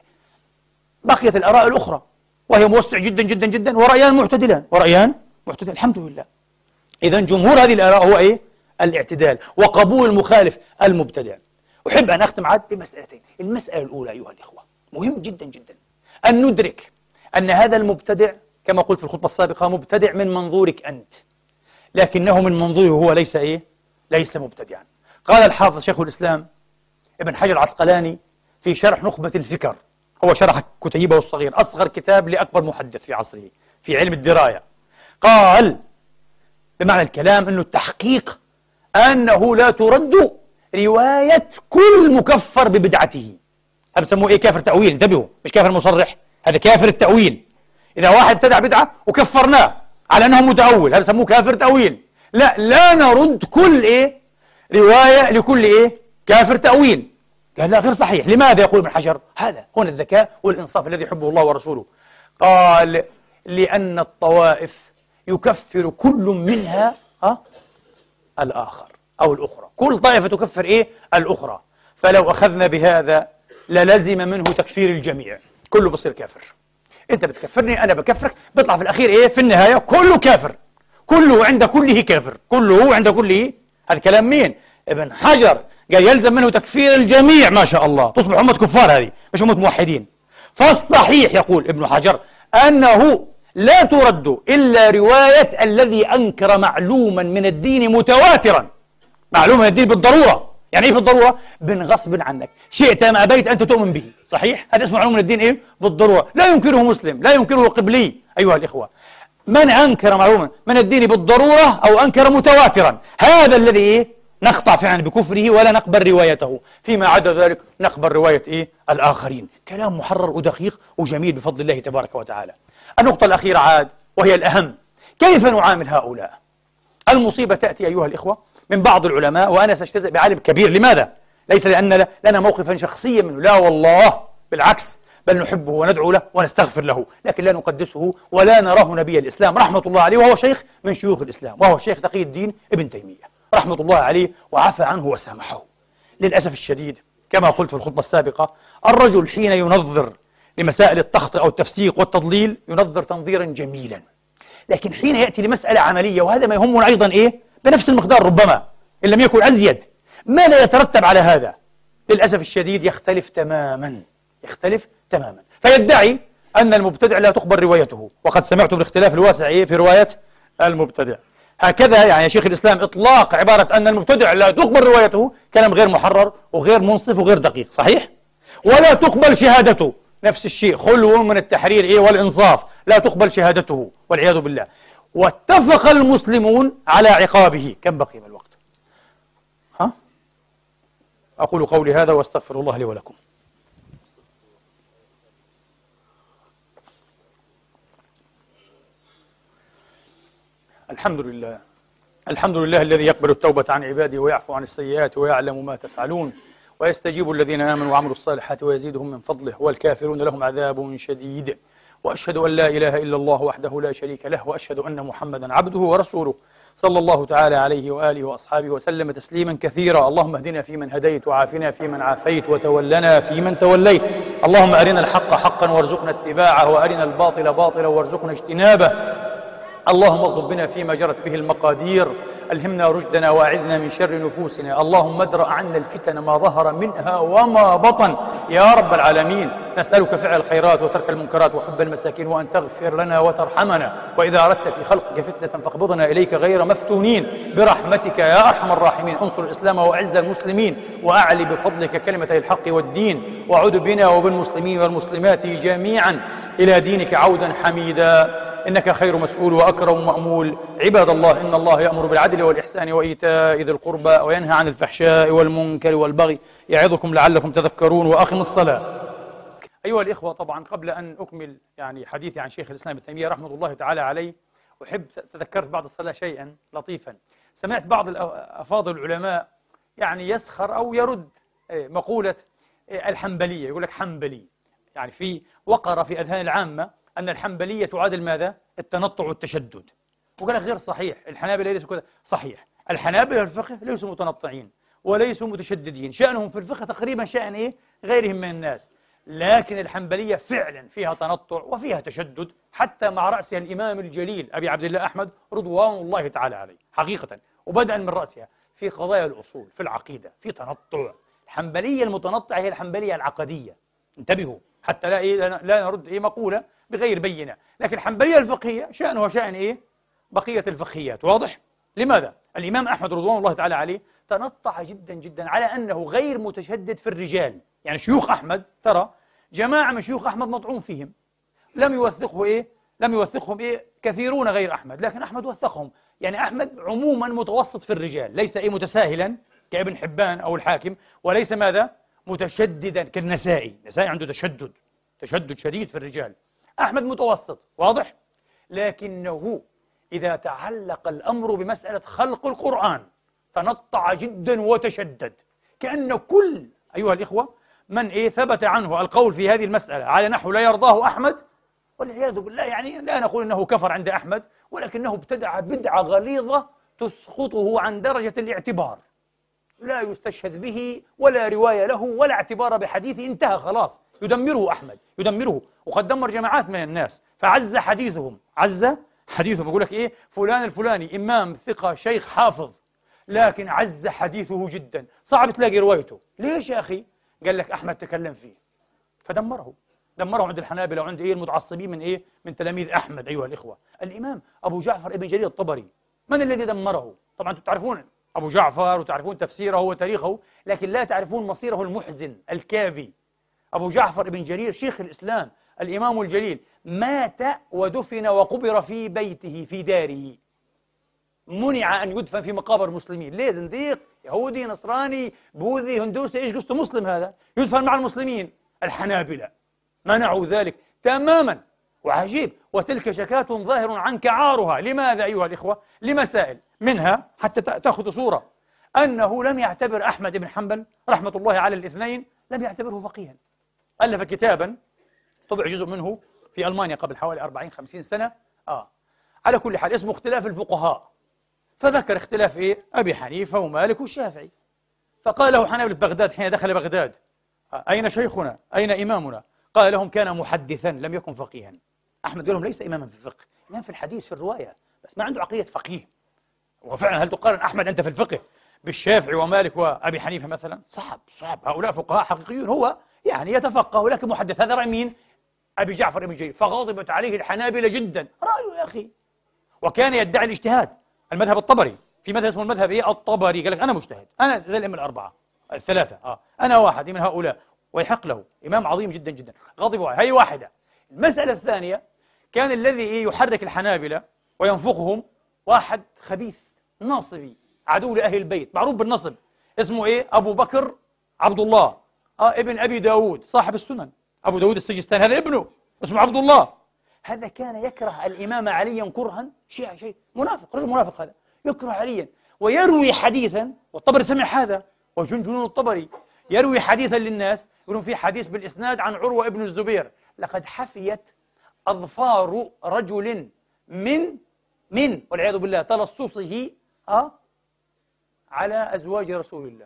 بقيت الآراء الأخرى وهي موسع جدا جدا جدا، ورأيان معتدلان ورأيان معتدل، الحمد لله. إذا جمهور هذه الآراء هو إيه؟ الاعتدال وقبول المخالف المبتدع. أحب أن أختم عاد بمسألتين. المسألة الأولى أيها الإخوة مهم جدا جدا أن ندرك أن هذا المبتدع كما قلت في الخطبة السابقة مبتدع من منظورك أنت، لكنه من منظوره هو ليس إيه؟ ليس مبتدعا. قال الحافظ شيخ الإسلام ابن حجر العسقلاني في شرح نخبة الفكر، هو شرح كتيبه الصغير، أصغر كتاب لأكبر محدث في عصره في علم الدراية، قال بمعنى الكلام أنه التحقيق أنه لا ترد رواية كل مكفر ببدعته. هذا بسموه إيه؟ كافر تأويل، انتبهوا، مش كافر مصرح، هذا كافر التأويل. إذا واحد ابتدع بدعة وكفرناه على أنه متأول، هذا بسموه كافر تأويل. لا لا نرد كل إيه؟ رواية لكل إيه؟ كافر تأويل. قال لا، غير صحيح. لماذا؟ يقول ابن حجر، هذا هنا الذكاء والإنصاف الذي يحبه الله ورسوله. قال لأن الطوائف يكفر كل منها أه؟ الآخر أو الأخرى، كل طائفة تكفر إيه؟ الأخرى. فلو أخذنا بهذا للزم منه تكفير الجميع، كله بصير كافر. أنت بتكفرني أنا بكفرك، بيطلع في الأخير إيه؟ في النهاية كله كافر، كله عند كله كافر، كله عند كله. هذا كلام مين؟ ابن حجر. قال يلزم منه تكفير الجميع، ما شاء الله، تصبح أمة كفار، هذه مش أمة موحدين. فالصحيح يقول ابن حجر أنه لا ترد إلا رواية الذي أنكر معلوما من الدين متواترا، معلوم من الدين بالضرورة. يعني إيه بالضرورة؟ بغصب عنك، شئت أم أبيت أنت تؤمن به، صحيح؟ هذا اسمه معلوم من الدين إيه؟ بالضرورة، لا ينكره مسلم، لا ينكره قبلي. أيها الإخوة، من أنكر معلوما من الدين بالضرورة أو أنكر متواترا، هذا الذي إيه؟ نقطع فعلا بكفره ولا نقبل روايته، فيما عدا ذلك نقبل رواية إيه؟ الآخرين. كلام محرر ودقيق وجميل بفضل الله تبارك وتعالى. النقطة الأخيرة عاد وهي الأهم، كيف نعامل هؤلاء المصيبة تأتي أيها الإخوة من بعض العلماء، وأنا سأجتزئ بعالم كبير. لماذا؟ ليس لأن لنا موقفا شخصيا منه، لا والله، بالعكس، بل نحبه وندعو له ونستغفر له، لكن لا نقدسه ولا نراه نبي الإسلام رحمة الله عليه، وهو شيخ من شيوخ الإسلام، وهو الشيخ تقي الدين ابن تيمية رحمة الله عليه، وعفى عنه وسامحه. للأسف الشديد كما قلت في الخطبة السابقة، الرجل حين ينظر لمسائل التخطئة أو التفسيق والتضليل ينظر تنظيرا جميلا، لكن حين يأتي لمسألة عملية، وهذا ما يهمنا أيضا إيه؟ بنفس المقدار ربما إن لم يكن أزيد، ماذا يترتب على هذا؟ للأسف الشديد يختلف تماما، يختلف تماما. فيدعي أن المبتدع لا تقبل روايته، وقد سمعتم الاختلاف الواسع إيه في رواية المبتدع. هكذا يعني يا شيخ الإسلام إطلاق عبارة أن المبتدع لا تقبل روايته كلام غير محرر وغير منصف وغير دقيق، صحيح؟ ولا تقبل شهادته، نفس الشيء، خلو من التحرير إيه والإنصاف، لا تقبل شهادته والعياذ بالله. واتفق المسلمون على عقابه. كم بقي من الوقت؟ ها؟ أقول قولي هذا وأستغفر الله لي ولكم. الحمد لله، الحمد لله الذي يقبل التوبة عن عباده ويعفو عن السيئات ويعلم ما تفعلون ويستجيب الذين آمنوا وعملوا الصالحات ويزيدهم من فضله والكافرون لهم عذاب شديد. وأشهد أن لا إله إلا الله وحده لا شريك له، وأشهد أن محمدا عبده ورسوله صلى الله تعالى عليه وآله وأصحابه وسلم تسليما كثيرا. اللهم اهدنا فيمن هديت، وعافنا فيمن عافيت، وتولنا فيمن توليت. اللهم أرنا الحق حقا وارزقنا اتباعه، وأرنا الباطل باطلا وارزقنا اجتنابه. اللهم اغضب بنا فيما جرت به المقادير، ألهمنا رشدنا وأعذنا من شر نفوسنا. اللهم ادرأ عنا الفتن ما ظهر منها وما بطن يا رب العالمين. نسألك فعل الخيرات وترك المنكرات وحب المساكين، وأن تغفر لنا وترحمنا، وإذا أردت في خلقك فتنة فاقبضنا إليك غير مفتونين برحمتك يا أرحم الراحمين. انصر الإسلام وأعز المسلمين، وأعلي بفضلك كلمتي الحق والدين، وعد بنا وبالمسلمين والمسلمات جميعا إلى دينك عودا حميدا، إنك خير مسؤول وأكرم مأمول. عباد الله، إن الله يأمر بالعدل والإحسان وإيتاء ذي القربى وينهى عن الفحشاء والمنكر والبغي يعظكم لعلكم تذكرون. وأقم الصلاة. أيها الإخوة، طبعا قبل أن أكمل يعني حديثي عن شيخ الإسلام ابن تيمية رحمة الله تعالى عليه، أحب تذكرت بعد الصلاة شيئا لطيفا. سمعت بعض الأفاضل العلماء يعني يسخر أو يرد مقولة الحنبلية، يقول لك حنبلي، يعني في وقر في أذهان العامة أن الحنبلية تعادل ماذا؟ التنطع والتشدد. وقال لك غير صحيح، الحنابلة ليسوا كذا. صحيح، الحنابلة في الفقه ليسوا متنطعين وليسوا متشددين، شأنهم في الفقه تقريبا شأن إيه؟ غيرهم من الناس. لكن الحنبلية فعلا فيها تنطع وفيها تشدد، حتى مع رأسها الإمام الجليل أبي عبد الله أحمد رضوان الله تعالى عليه حقيقة، وبدءا من رأسها في قضايا الأصول في العقيدة في تنطع. الحنبلية المتنطعة هي الحنبلية العقدية، انتبهوا حتى لا إيه لا نرد إيه مقولة بغير بينة. لكن الحنبلية الفقهية شأنها شأن إيه؟ بقية الفقهيات. واضح؟ لماذا؟ الإمام أحمد رضوان الله تعالى عليه تنطع جدا جدا على أنه غير متشدد في الرجال. يعني شيوخ أحمد، ترى جماعة من شيوخ أحمد مطعون فيهم، لم يوثقه إيه؟ لم يوثقهم إيه؟ كثيرون غير أحمد، لكن أحمد وثقهم. يعني أحمد عموما متوسط في الرجال، ليس إيه متساهلا كابن حبان أو الحاكم، وليس ماذا؟ متشددا كالنسائي. النسائي عنده تشدد، تشدد شديد في الرجال. أحمد متوسط. واضح؟ لكنه إذا تعلق الأمر بمسألة خلق القرآن تنطع جدا وتشدد، كأن كل أيها الإخوة من إيه ثبت عنه القول في هذه المسألة على نحو لا يرضاه أحمد والعياذ بالله، يعني لا نقول أنه كفر عند أحمد، ولكنه ابتدع بدعة غليظة تسقطه عن درجة الاعتبار، لا يستشهد به ولا رواية له ولا اعتبار بحديثه، انتهى خلاص، يدمره أحمد، يدمره. وقد دمر جماعات من الناس، فعز حديثهم، عز حديثهم. يقول لك إيه؟ فلان الفلاني إمام ثقة شيخ حافظ، لكن عز حديثه جدا، صعب تلاقي روايته. ليش يا أخي؟ قال لك أحمد تكلم فيه فدمره، دمره عند الحنابلة وعند إيه المتعصبين من إيه؟ من تلاميذ أحمد. أيها الإخوة، الإمام أبو جعفر ابن جرير الطبري من الذي دمره؟ طبعا أنتم تعرفون أبو جعفر وتعرفون تفسيره وتاريخه، لكن لا تعرفون مصيره المحزن الكابي. أبو جعفر ابن جرير شيخ الإسلام الإمام الجليل مات ودفن وقبر في بيته في داره، منع أن يدفن في مقابر المسلمين. ليه؟ زنديق يهودي نصراني بوذي هندوسي، إيش قصته مسلم هذا؟ يدفن مع المسلمين. الحنابلة منعوا ذلك تماما، وعجيب، وتلك شكاة ظاهر عنك عارها. لماذا أيها الإخوة؟ لمسائل، منها حتى تأخذ صورة أنه لم يعتبر أحمد بن حنبل رحمة الله على الاثنين، لم يعتبره فقيها. ألف كتابا طبع جزء منه في ألمانيا قبل حوالي أربعين خمسين سنة. آه. على كل حال اسمه اختلاف الفقهاء، فذكر اختلاف إيه؟ أبي حنيفة ومالك والشافعي. فقال له حنابلة بغداد حين دخل بغداد: آه. أين شيخنا؟ أين إمامنا؟ قال لهم: كان محدثا لم يكن فقيها. أحمد قال لهم: ليس إماما في الفقه، إمام في الحديث في الرواية، بس ما عنده عقلية فقيه. وفعلا هل تقارن أحمد أنت في الفقه بالشافعي ومالك وأبي حنيفة مثلا؟ صعب صعب، هؤلاء فقهاء حقيقيون، هو يعني يتفقه ولكن محدث. هذا رأي مين؟ أبي جعفر بن جرير. فغضبت عليه الحنابلة جدا، رأيه يا أخي، وكان يدعي الاجتهاد. المذهب الطبري، في مذهب اسمه المذهب إيه؟ الطبري، قال لك أنا مجتهد، أنا زي الأئمة الأربعة الثلاثة، آه أنا واحد من هؤلاء، ويحق له، إمام عظيم جدا جدا. غضبوا عليه، هي واحدة. المسألة الثانية، كان الذي يحرك الحنابلة وينفخهم واحد خبيث ناصبي عدو لأهل البيت، معروف بالنصب، اسمه إيه؟ أبو بكر عبد الله، آه ابن أبي داود صاحب السنن، أبو داود السجستاني، هذا ابنه اسمه عبد الله. هذا كان يكره الإمام عليا كرها شيء شيء منافق، رجل منافق، هذا يكره عليا ويروي حديثا، والطبري سمع هذا، وجنجنون الطبري يروي حديثا للناس، يقولون في حديث بالإسناد عن عروة ابن الزبير: لقد حفيت أظفار رجل من من والعياذ بالله تلصصه أه على أزواج رسول الله.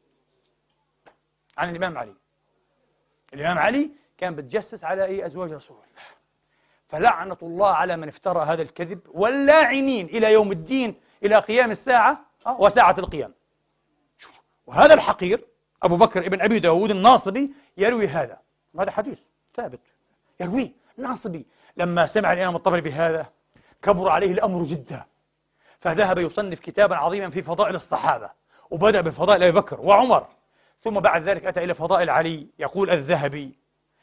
عن الإمام علي. الإمام علي كان بتجسس على أي أزواج رسول الله. فلعنة الله على من افترى هذا الكذب، واللاعنين إلى يوم الدين، إلى قيام الساعة أه وساعة القيام. شوف، وهذا الحقير أبو بكر ابن أبي داود الناصبي يروي هذا، هذا حديث ثابت يرويه ناصبي. لما سمع الإمام الطبري بهذا كبر عليه الأمر جدا، فذهب يصنف كتابا عظيما في فضائل الصحابة، وبدأ بفضائل أبي بكر وعمر، ثم بعد ذلك أتى إلى فضائل علي. يقول الذهبي: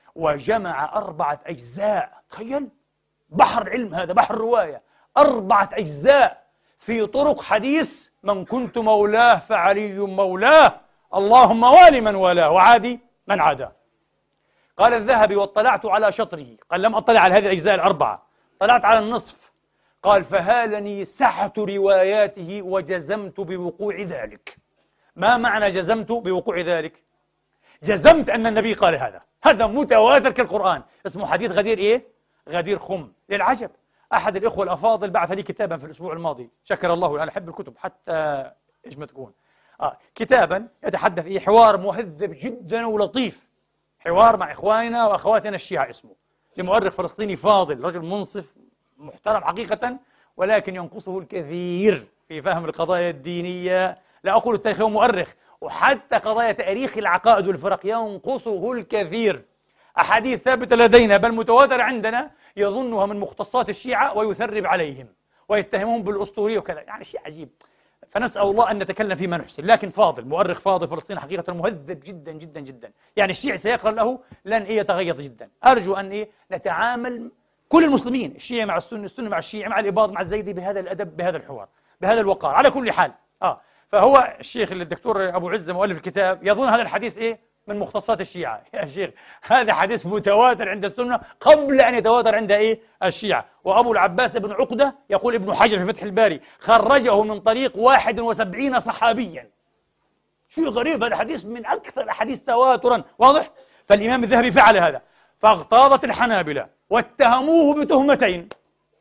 وجمع أربعة أجزاء، تخيل بحر العلم هذا، بحر الرواية، أربعة أجزاء في طرق حديث: من كنت مولاه فعلي مولاه، اللهم والي من والاه وعادي من عاداه. قال الذهبي: واطلعت على شطره، قال لم أطلع على هذه الأجزاء الأربعة، طلعت على النصف. قال: فهالني سعة رواياته وجزمت بوقوع ذلك. ما معنى جزمت بوقوع ذلك؟ جزمت أن النبي قال هذا، هذا متواتر كالقرآن، اسمه حديث غدير إيه؟ غدير خم. للعجب، أحد الإخوة الأفاضل بعث لي كتابا في الأسبوع الماضي، شكر الله، أنا أحب الكتب حتى إيش ما تكون، آه كتابا يتحدث إيه؟ حوار مهذب جدا ولطيف، حوار مع إخواننا وأخواتنا الشيعة، اسمه لمؤرخ فلسطيني فاضل، رجل منصف محترم حقيقة، ولكن ينقصه الكثير في فهم القضايا الدينية، لا أقول التاريخ، هو مؤرخ، وحتى قضايا تاريخ العقائد والفرق ينقصه الكثير. أحاديث ثابتة لدينا بل متواترة عندنا يظنها من مختصات الشيعة ويثرب عليهم ويتهمهم بالأسطورية وكذا، يعني شيء عجيب. فنسأل الله أن نتكلم فيما نحسن، لكن فاضل، مؤرخ فاضل فلسطيني حقيقة، مهذب جدا جدا جدا، يعني الشيعي سيقرأ له لن إيه يتغيظ جدا. أرجو أن إيه نتعامل كل المسلمين، الشيعي مع السنة، السنة مع الشيعي، مع الإباض مع الزيدي، بهذا الأدب، بهذا الحوار، بهذا الوقار. على كل حال آه فهو الشيخ الدكتور أبو عزة مؤلف الكتاب يظن هذا الحديث إيه؟ من مختصات الشيعة. يا شيخ، هذا حديث متواتر عند السنة قبل أن يتواتر عند إيه؟ الشيعة. وأبو العباس بن عقدة، يقول ابن حجر في فتح الباري، خرجه من طريق واحد وسبعين صحابيا. شيء غريب، هذا حديث من أكثر الأحاديث تواترا، واضح؟ فالإمام الذهبي فعل هذا، فاغتاظت الحنابلة واتهموه بتهمتين.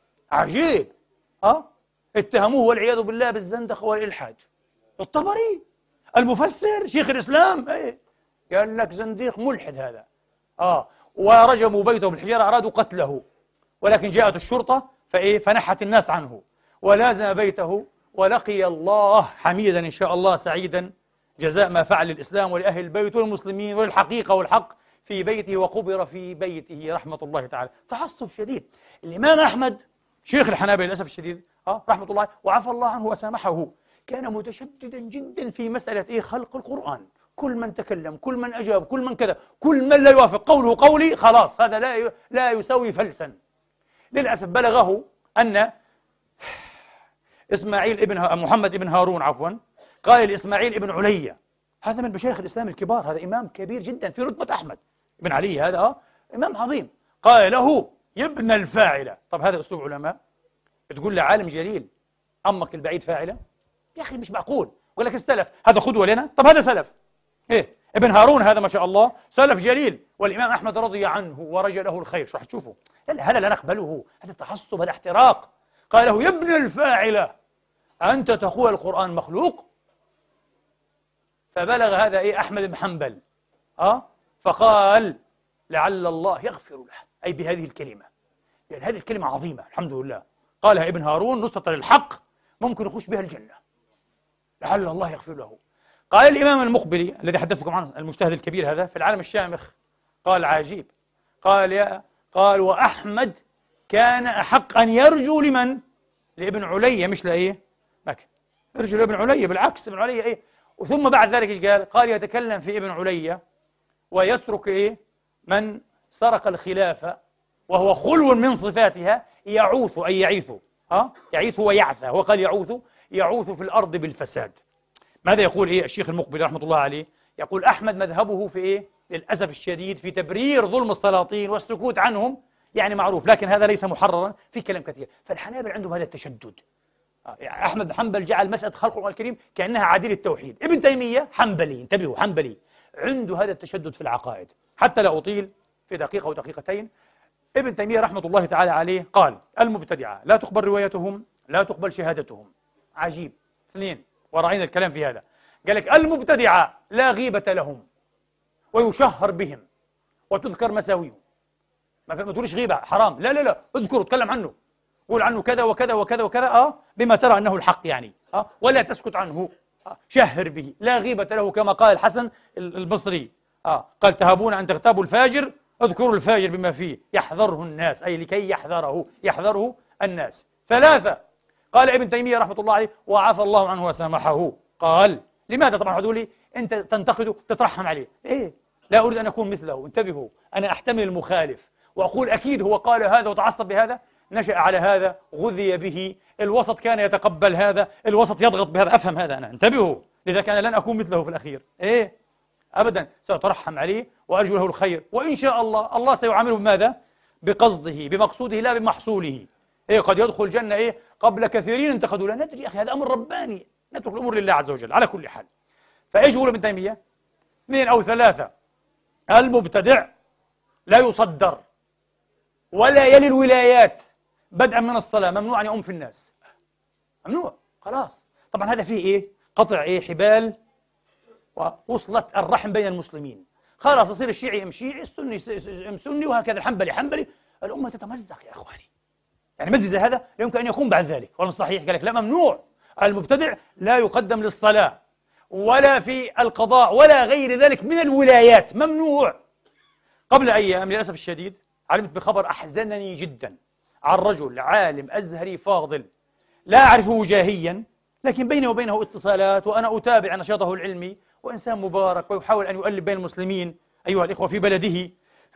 عجيب، أه؟ اتهموه والعياذ بالله بالزندقة والإلحاد. الطبري المفسر شيخ الإسلام إيه؟ قال لك زنديق ملحد هذا، آه ورجموا بيته بالحجارة، أرادوا قتله، ولكن جاءت الشرطة فإيه؟ فنحت الناس عنه، ولازم بيته، ولقي الله حميدا إن شاء الله سعيدا جزاء ما فعل للإسلام ولأهل البيت والمسلمين وللحقيقة والحق في بيته، وقبر في بيته رحمة الله تعالى. تعصب شديد. الإمام أحمد شيخ الحنابلة للأسف الشديد آه رحمة الله وعفى الله عنه وسامحه، كان متشددا جدا في مسألة إيه؟ خلق القرآن. كل من تكلم، كل من أجاب، كل من كذا، كل من لا يوافق قوله قولي، خلاص هذا لا لا يساوي فلسا. للأسف بلغه أن إسماعيل ابن محمد ابن هارون عفوا قال لإسماعيل ابن عليا، هذا من مشايخ الإسلام الكبار، هذا إمام كبير جدا في رتبة أحمد بن علي، هذا آه إمام عظيم، قال له: يا ابن الفاعلة. طب هذا أسلوب علماء؟ بتقول لعالم جليل أمك البعيد فاعلة؟ يا أخي مش معقول. يقول لك السلف هذا قدوة لنا. طب هذا سلف إيه؟ ابن هارون هذا ما شاء الله سلف جليل، والإمام أحمد رضي عنه ورجى له الخير. شو حتشوفوا؟ هذا لا نقبله، هذا تعصب، هذا احتراق. قال له يا ابن الفاعلة أنت تقول القرآن مخلوق؟ فبلغ هذا إيه أحمد بن حنبل أه؟ فقال لعل الله يغفر له، أي بهذه الكلمة، لأن هذه الكلمة عظيمة الحمد لله قالها ابن هارون نصرة للحق ممكن يخش بها الجنة، لعل الله يغفر له. قال الإمام المقبلي الذي حدثتكم عنه المجتهد الكبير هذا في العالم الشامخ، قال عجيب، قال يا قال وأحمد كان أحق أن يرجو لمن؟ لابن عليا، مش لإيه؟ لك يرجو لابن عليا، بالعكس ابن عليا إيه؟ وثم بعد ذلك إيش قال؟ قال يتكلم في ابن عليا ويترك إيه؟ من سرق الخلافة وهو خلو من صفاتها يعوث، أي يعيث ها؟ يعيث ويعثى، هو قال يعوث يعوث في الأرض بالفساد. ماذا يقول إيه الشيخ المقبل رحمة الله عليه؟ يقول أحمد مذهبه في إيه؟ للأسف الشديد في تبرير ظلم السلاطين والسكوت عنهم، يعني معروف، لكن هذا ليس محررا في كلام كثير. فالحنابل عندهم هذا التشدد. يعني أحمد بن حنبل جعل مسألة خلق القرآن الكريم كأنها عديل التوحيد. ابن تيمية حنبلي، انتبهوا حنبلي، عنده هذا التشدد في العقائد. حتى لا أطيل في دقيقة أو دقيقتين، ابن تيمية رحمة الله تعالى عليه قال المبتدعة لا تقبل روايتهم، لا تقبل شهادتهم. عجيب. اثنين، ورأينا الكلام في هذا. قال لك المبتدعة لا غيبة لهم ويشهر بهم وتذكر مساويهم. ما تقولش غيبة حرام، لا لا لا، اذكر وتكلم عنه، قول عنه كذا وكذا وكذا وكذا اه بما ترى انه الحق يعني اه ولا تسكت عنه، آه شهر به، لا غيبة له، كما قال الحسن البصري اه قال تهابون ان تغتابوا الفاجر اذكروا الفاجر بما فيه يحذره الناس، اي لكي يحذره يحذره الناس. ثلاثة، قال ابن تيمية رحمة الله عليه وعفى الله عنه وسامحه. قال لماذا؟ طبعا هتقول لي انت تنتقده تترحم عليه، ايه لا اريد ان اكون مثله، انتبهوا، انا احتمل المخالف واقول اكيد هو قال هذا وتعصب بهذا، نشأ على هذا، غذي به، الوسط كان يتقبل هذا، الوسط يضغط بهذا، افهم هذا انا، انتبهوا، لذا كان لن اكون مثله في الاخير، ايه ابدا، ساترحم عليه وارجو له الخير، وان شاء الله الله سيعامله بماذا؟ بقصده، بمقصوده، لا بمحصوله. ايه قد يدخل الجنه ايه قبل كثيرين انتقدوا، لا ندري يا اخي، هذا امر رباني، نترك الامور لله عز وجل على كل حال. فايش يقول ابن تيميه؟ اثنين او ثلاثه، المبتدع لا يصدر ولا يلي الولايات بدءا من الصلاة، ممنوع أن يؤم في الناس، ممنوع خلاص. طبعا هذا فيه إيه؟ قطع إيه؟ حبال ووصلت الرحم بين المسلمين، خلاص يصير الشيعي ام شيعي، السني ام سني، وهكذا الحنبلي حنبلي، الأمة تتمزق يا إخواني. يعني مزج زي هذا لا يمكن أن يكون بعد ذلك، ولا صحيح؟ قال لك لا، ممنوع، المبتدع لا يقدم للصلاة ولا في القضاء ولا غير ذلك من الولايات، ممنوع. قبل أيام للأسف الشديد علمت بخبر أحزنني جدا عن رجل عالم أزهري فاضل لا أعرفه جاهيا، لكن بيني وبينه اتصالات وأنا أتابع نشاطه العلمي، وإنسان مبارك ويحاول أن يؤلف بين المسلمين أيها الإخوة في بلده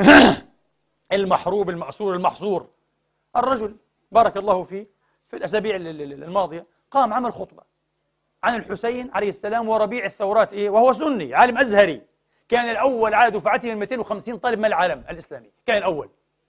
المحروب المأسور المحصور. الرجل بارك الله فيه في الأسابيع الماضية قام عمل خطبة عن الحسين عليه السلام وربيع الثورات، إيه؟ وهو سني عالم أزهري، كان الأول على دفعته من مئتين وخمسين طالب من العالم الإسلامي، كان الأول،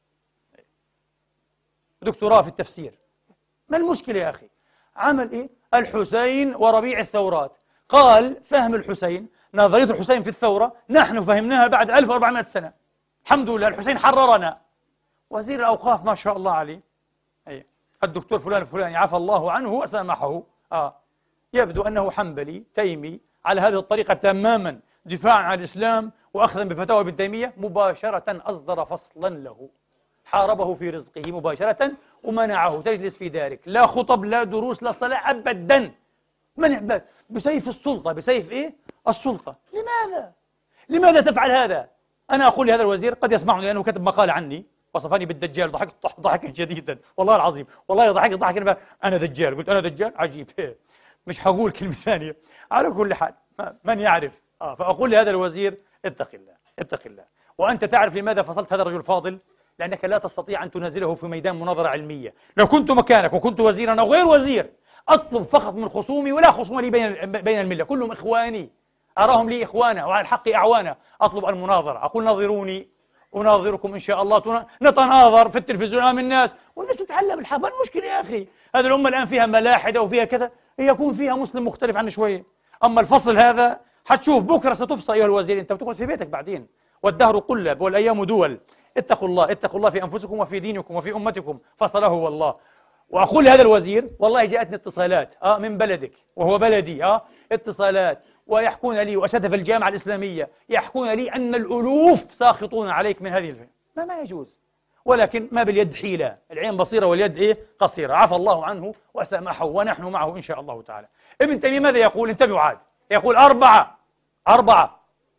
دكتوراه في التفسير. ما المشكلة يا أخي؟ عمل إيه؟ الحسين وربيع الثورات، قال فهم الحسين، نظرية الحسين في الثورة نحن فهمناها بعد ألف وأربعمائة سنة، الحمد لله الحسين حررنا. وزير الأوقاف ما شاء الله عليه، أي الدكتور فلان الفلاني عفى الله عنه وسامحه، آه يبدو أنه حنبلي تيمي على هذه الطريقة تماما، دفاعا عن الإسلام وأخذا بفتاوى ابن تيمية، مباشرة أصدر فصلا له، حاربه في رزقه مباشرة ومنعه تجلس في دارك، لا خطب لا دروس لا صلاة أبدا، منع بات بسيف السلطة، بسيف إيه؟ السلطة. لماذا؟ لماذا تفعل هذا؟ أنا أقول لهذا الوزير قد يسمعني لأنه كتب مقالة عني وصفني بالدجال، ضحكت ضحكا شديدا والله العظيم، والله ضحكت ضحكا، أنا دجال، قلت أنا دجال، عجيب مش هقول كلمة ثانية. على كل حال من يعرف، آه فأقول لهذا الوزير اتق الله اتق الله. وأنت تعرف لماذا فصلت هذا الرجل الفاضل؟ لأنك لا تستطيع أن تنازله في ميدان مناظرة علمية. لو كنت مكانك وكنت وزيرا أو غير وزير أطلب فقط من خصومي، ولا خصوم لي بين بين الملة، كلهم إخواني، أراهم لي إخوانا وعلى الحق أعوانا، أطلب المناظرة، أقول نظروني أناظركم إن شاء الله، نتناظر في التلفزيون أمام الناس والناس تتعلم الحق. ما المشكلة يا أخي؟ هذه الأمة الآن فيها ملاحدة وفيها كذا، يكون فيها مسلم مختلف عنه شوية. أما الفصل هذا حتشوف بكرة ستفصل أيها الوزير، أنت بتقعد في بيتك بعدين، والدهر قلب والأيام دول. اتقوا الله، اتقوا الله في أنفسكم وفي دينكم وفي أمتكم، فصله والله. وأقول لهذا الوزير والله جاءتني اتصالات آه من بلدك وهو بلدي، آه اتصالات، ويحكون لي وأساتذة في الجامعة الإسلامية يحكون لي أن الألوف ساخطون عليك من هذه الفئة. ما ما يجوز، ولكن ما باليد حيلة، العين بصيرة واليد إيه قصيرة. عفى الله عنه وسامحه ونحن معه إن شاء الله تعالى. ابن تيمية ماذا يقول؟ انتبهوا عاد، يقول أربعة أربعة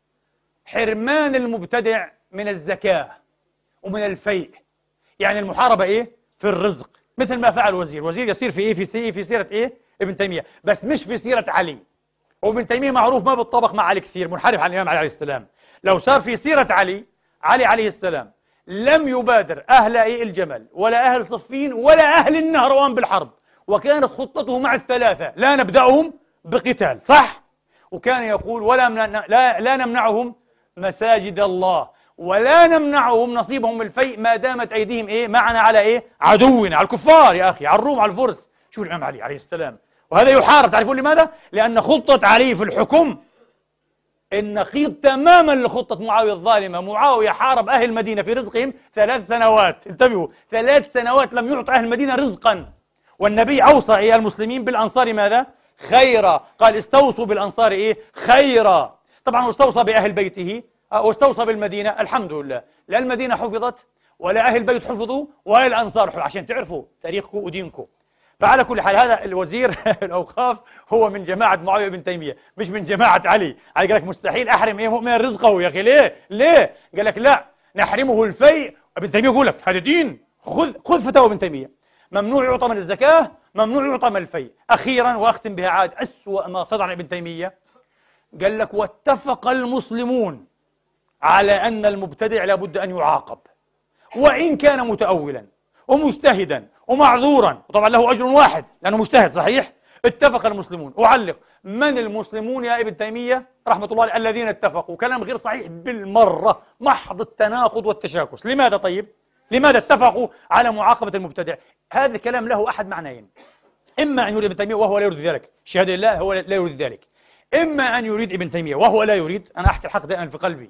حرمان المبتدع من الزكاة ومن الفيء، يعني المحاربة إيه؟ في الرزق، مثل ما فعل وزير وزير يصير في إيه؟ في سيرة في سيرة إيه؟ ابن تيمية، بس مش في سيرة علي. وابن تيمية معروف ما بالطبق مع علي كثير، منحرف عن الإمام علي عليه السلام. لو صار في سيرة علي علي عليه السلام لم يبادر أهل إيه الجمل ولا أهل صفين ولا أهل النهروان بالحرب، وكانت خطته مع الثلاثة لا نبدأهم بقتال، صح؟ وكان يقول ولا لا, لا نمنعهم مساجد الله ولا نمنعهم نصيبهم من الفيء ما دامت أيديهم إيه معنا على إيه عدونا، على الكفار يا أخي، على الروم، على الفرس. شوف الإمام علي عليه السلام، وهذا يحارب. تعرفون لماذا؟ لأن خطة علي في الحكم النقيض تماما لخطة معاوية الظالمة. معاوية حارب أهل المدينة في رزقهم ثلاث سنوات، انتبهوا، ثلاث سنوات لم يعط أهل المدينة رزقا، والنبي أوصى إيه المسلمين بالأنصار ماذا؟ خيرا، قال استوصوا بالأنصار إيه خيرا. طبعا استوصى بأهل بيته واستوصى بالمدينة، الحمد لله، لا المدينة حفظت ولا أهل البيت حفظوا ولا الأنصار حفظوا، عشان تعرفوا تاريخكم ودينكم. فعلى كل حال هذا الوزير الأوقاف هو من جماعة معاوية بن تيمية، مش من جماعة علي. علي قال لك مستحيل أحرم إيه مؤمن رزقه يا أخي، ليه؟ ليه؟ قال لك لا نحرمه الفيء. ابن تيمية يقول لك هذا دين، خذ خذ فتاوى ابن تيمية، ممنوع يعطى من الزكاة، ممنوع يعطى من الفيء. أخيرا وأختم بها عاد أسوأ ما صدر عن ابن تيمية، قال لك واتفق المسلمون على أن المبتدع لابد أن يعاقب وإن كان متأولا ومجتهدا ومعذورا، وطبعا له أجر واحد لأنه مجتهد صحيح. اتفق المسلمون. أعلق، من المسلمون يا ابن تيمية رحمة الله عليه الذين اتفقوا؟ كلام غير صحيح بالمرة، محض التناقض والتشاكس. لماذا طيب؟ لماذا اتفقوا على معاقبة المبتدع؟ هذا الكلام له أحد معنيين، إما أن يريد ابن تيمية وهو لا يريد ذلك، شهادة لله هو لا يريد ذلك، إما أن يريد ابن تيمية وهو لا يريد، أنا أحكي الحق دائما في قلبي،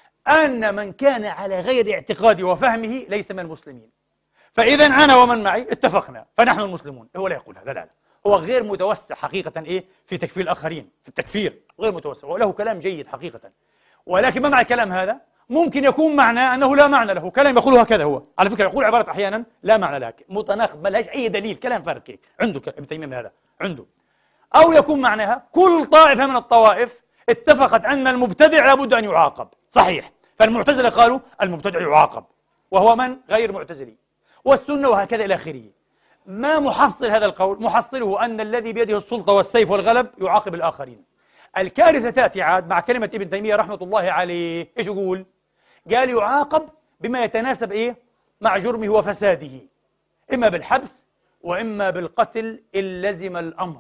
أن من كان على غير اعتقادي وفهمه ليس من المسلمين. فإذا أنا ومن معي اتفقنا فنحن المسلمون. هو لا يقول هذا، لا لا، هو غير متوسع حقيقة إيه في تكفير الآخرين، في التكفير غير متوسع، وله كلام جيد حقيقة. ولكن ما مع الكلام هذا؟ ممكن يكون معناه أنه لا معنى له، كلام يقوله هكذا، هو على فكرة يقول عبارة أحيانا لا معنى لها، متناقض ما لهاش أي دليل، كلام فارغ عنده ابن تيمية من هذا عنده. أو يكون معناها كل طائفة من الطوائف اتفقت أن المبتدع لابد أن يعاقب، صحيح، فالمعتزلة قالوا المبتدع يعاقب وهو من؟ غير معتزلي، والسنة وهكذا إلى آخره. ما محصل هذا القول؟ محصله أن الذي بيده السلطة والسيف والغلب يعاقب الآخرين. الكارثة تأتي عاد مع كلمة ابن تيمية رحمة الله عليه، إيش يقول؟ قال يعاقب بما يتناسب إيه؟ مع جرمه وفساده، إما بالحبس وإما بالقتل إن لزم الأمر.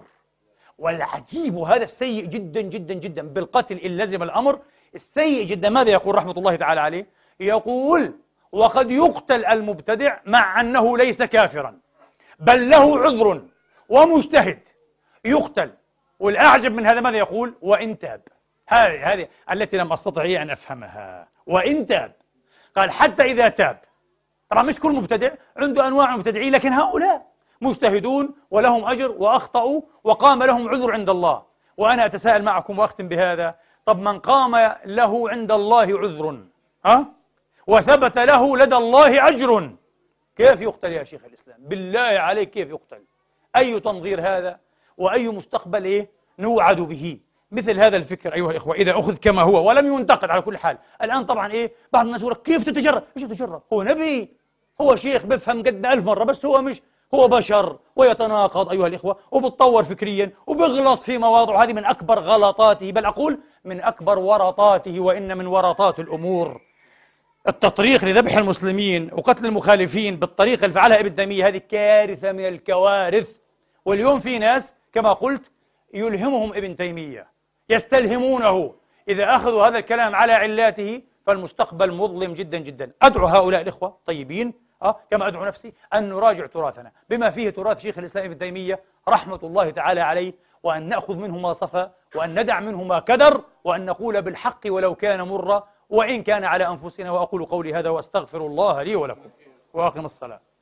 والعجيب وهذا السيء جدا جدا جدا، بالقتل إن لزم الأمر، السيء جدا. ماذا يقول رحمة الله تعالى عليه؟ يقول وقد يقتل المبتدع مع أنه ليس كافرا بل له عذر ومجتهد، يقتل. والأعجب من هذا ماذا يقول؟ وإن تاب. هذه هذه التي لم أستطع أن أفهمها، وإن تاب. قال حتى إذا تاب. طبعا مش كل مبتدع، عنده أنواع مبتدعين، لكن هؤلاء مجتهدون ولهم أجر وأخطأوا وقام لهم عذر عند الله. وأنا أتساءل معكم وأختم بهذا، طب من قام له عند الله عذر ها وثبت له لدى الله أجر، كيف يقتل يا شيخ الإسلام؟ بالله عليك كيف يقتل؟ أي تنظير هذا؟ وأي مستقبل إيه نوعد به؟ مثل هذا الفكر أيها الإخوة إذا أخذ كما هو ولم ينتقد على كل حال. الآن طبعا إيه بعض الناس يقول كيف تتجرأ؟ مش يتجرأ، هو نبي، هو شيخ بفهم قد ألف مرة، بس هو مش، هو بشر ويتناقض أيها الإخوة وبتطور فكريا وبغلط في مواضع، هذه من أكبر غلطاته، بل أقول من أكبر ورطاته. وإن من ورطات الأمور التطريق لذبح المسلمين وقتل المخالفين بالطريقة اللي فعلها ابن تيمية. هذه كارثة من الكوارث. واليوم في ناس كما قلت يلهمهم ابن تيمية، يستلهمونه، إذا أخذوا هذا الكلام على علاته فالمستقبل مظلم جدا جدا. أدعو هؤلاء الإخوة الطيبين أه كما أدعو نفسي أن نراجع تراثنا بما فيه تراث شيخ الإسلام ابن تيمية رحمة الله تعالى عليه، وأن نأخذ منه ما صفى، وأن ندع منه ما كدر، وأن نقول بالحق ولو كان مرا وإن كان على أنفسنا. وأقول قولي هذا وأستغفر الله لي ولكم وأقم الصلاة.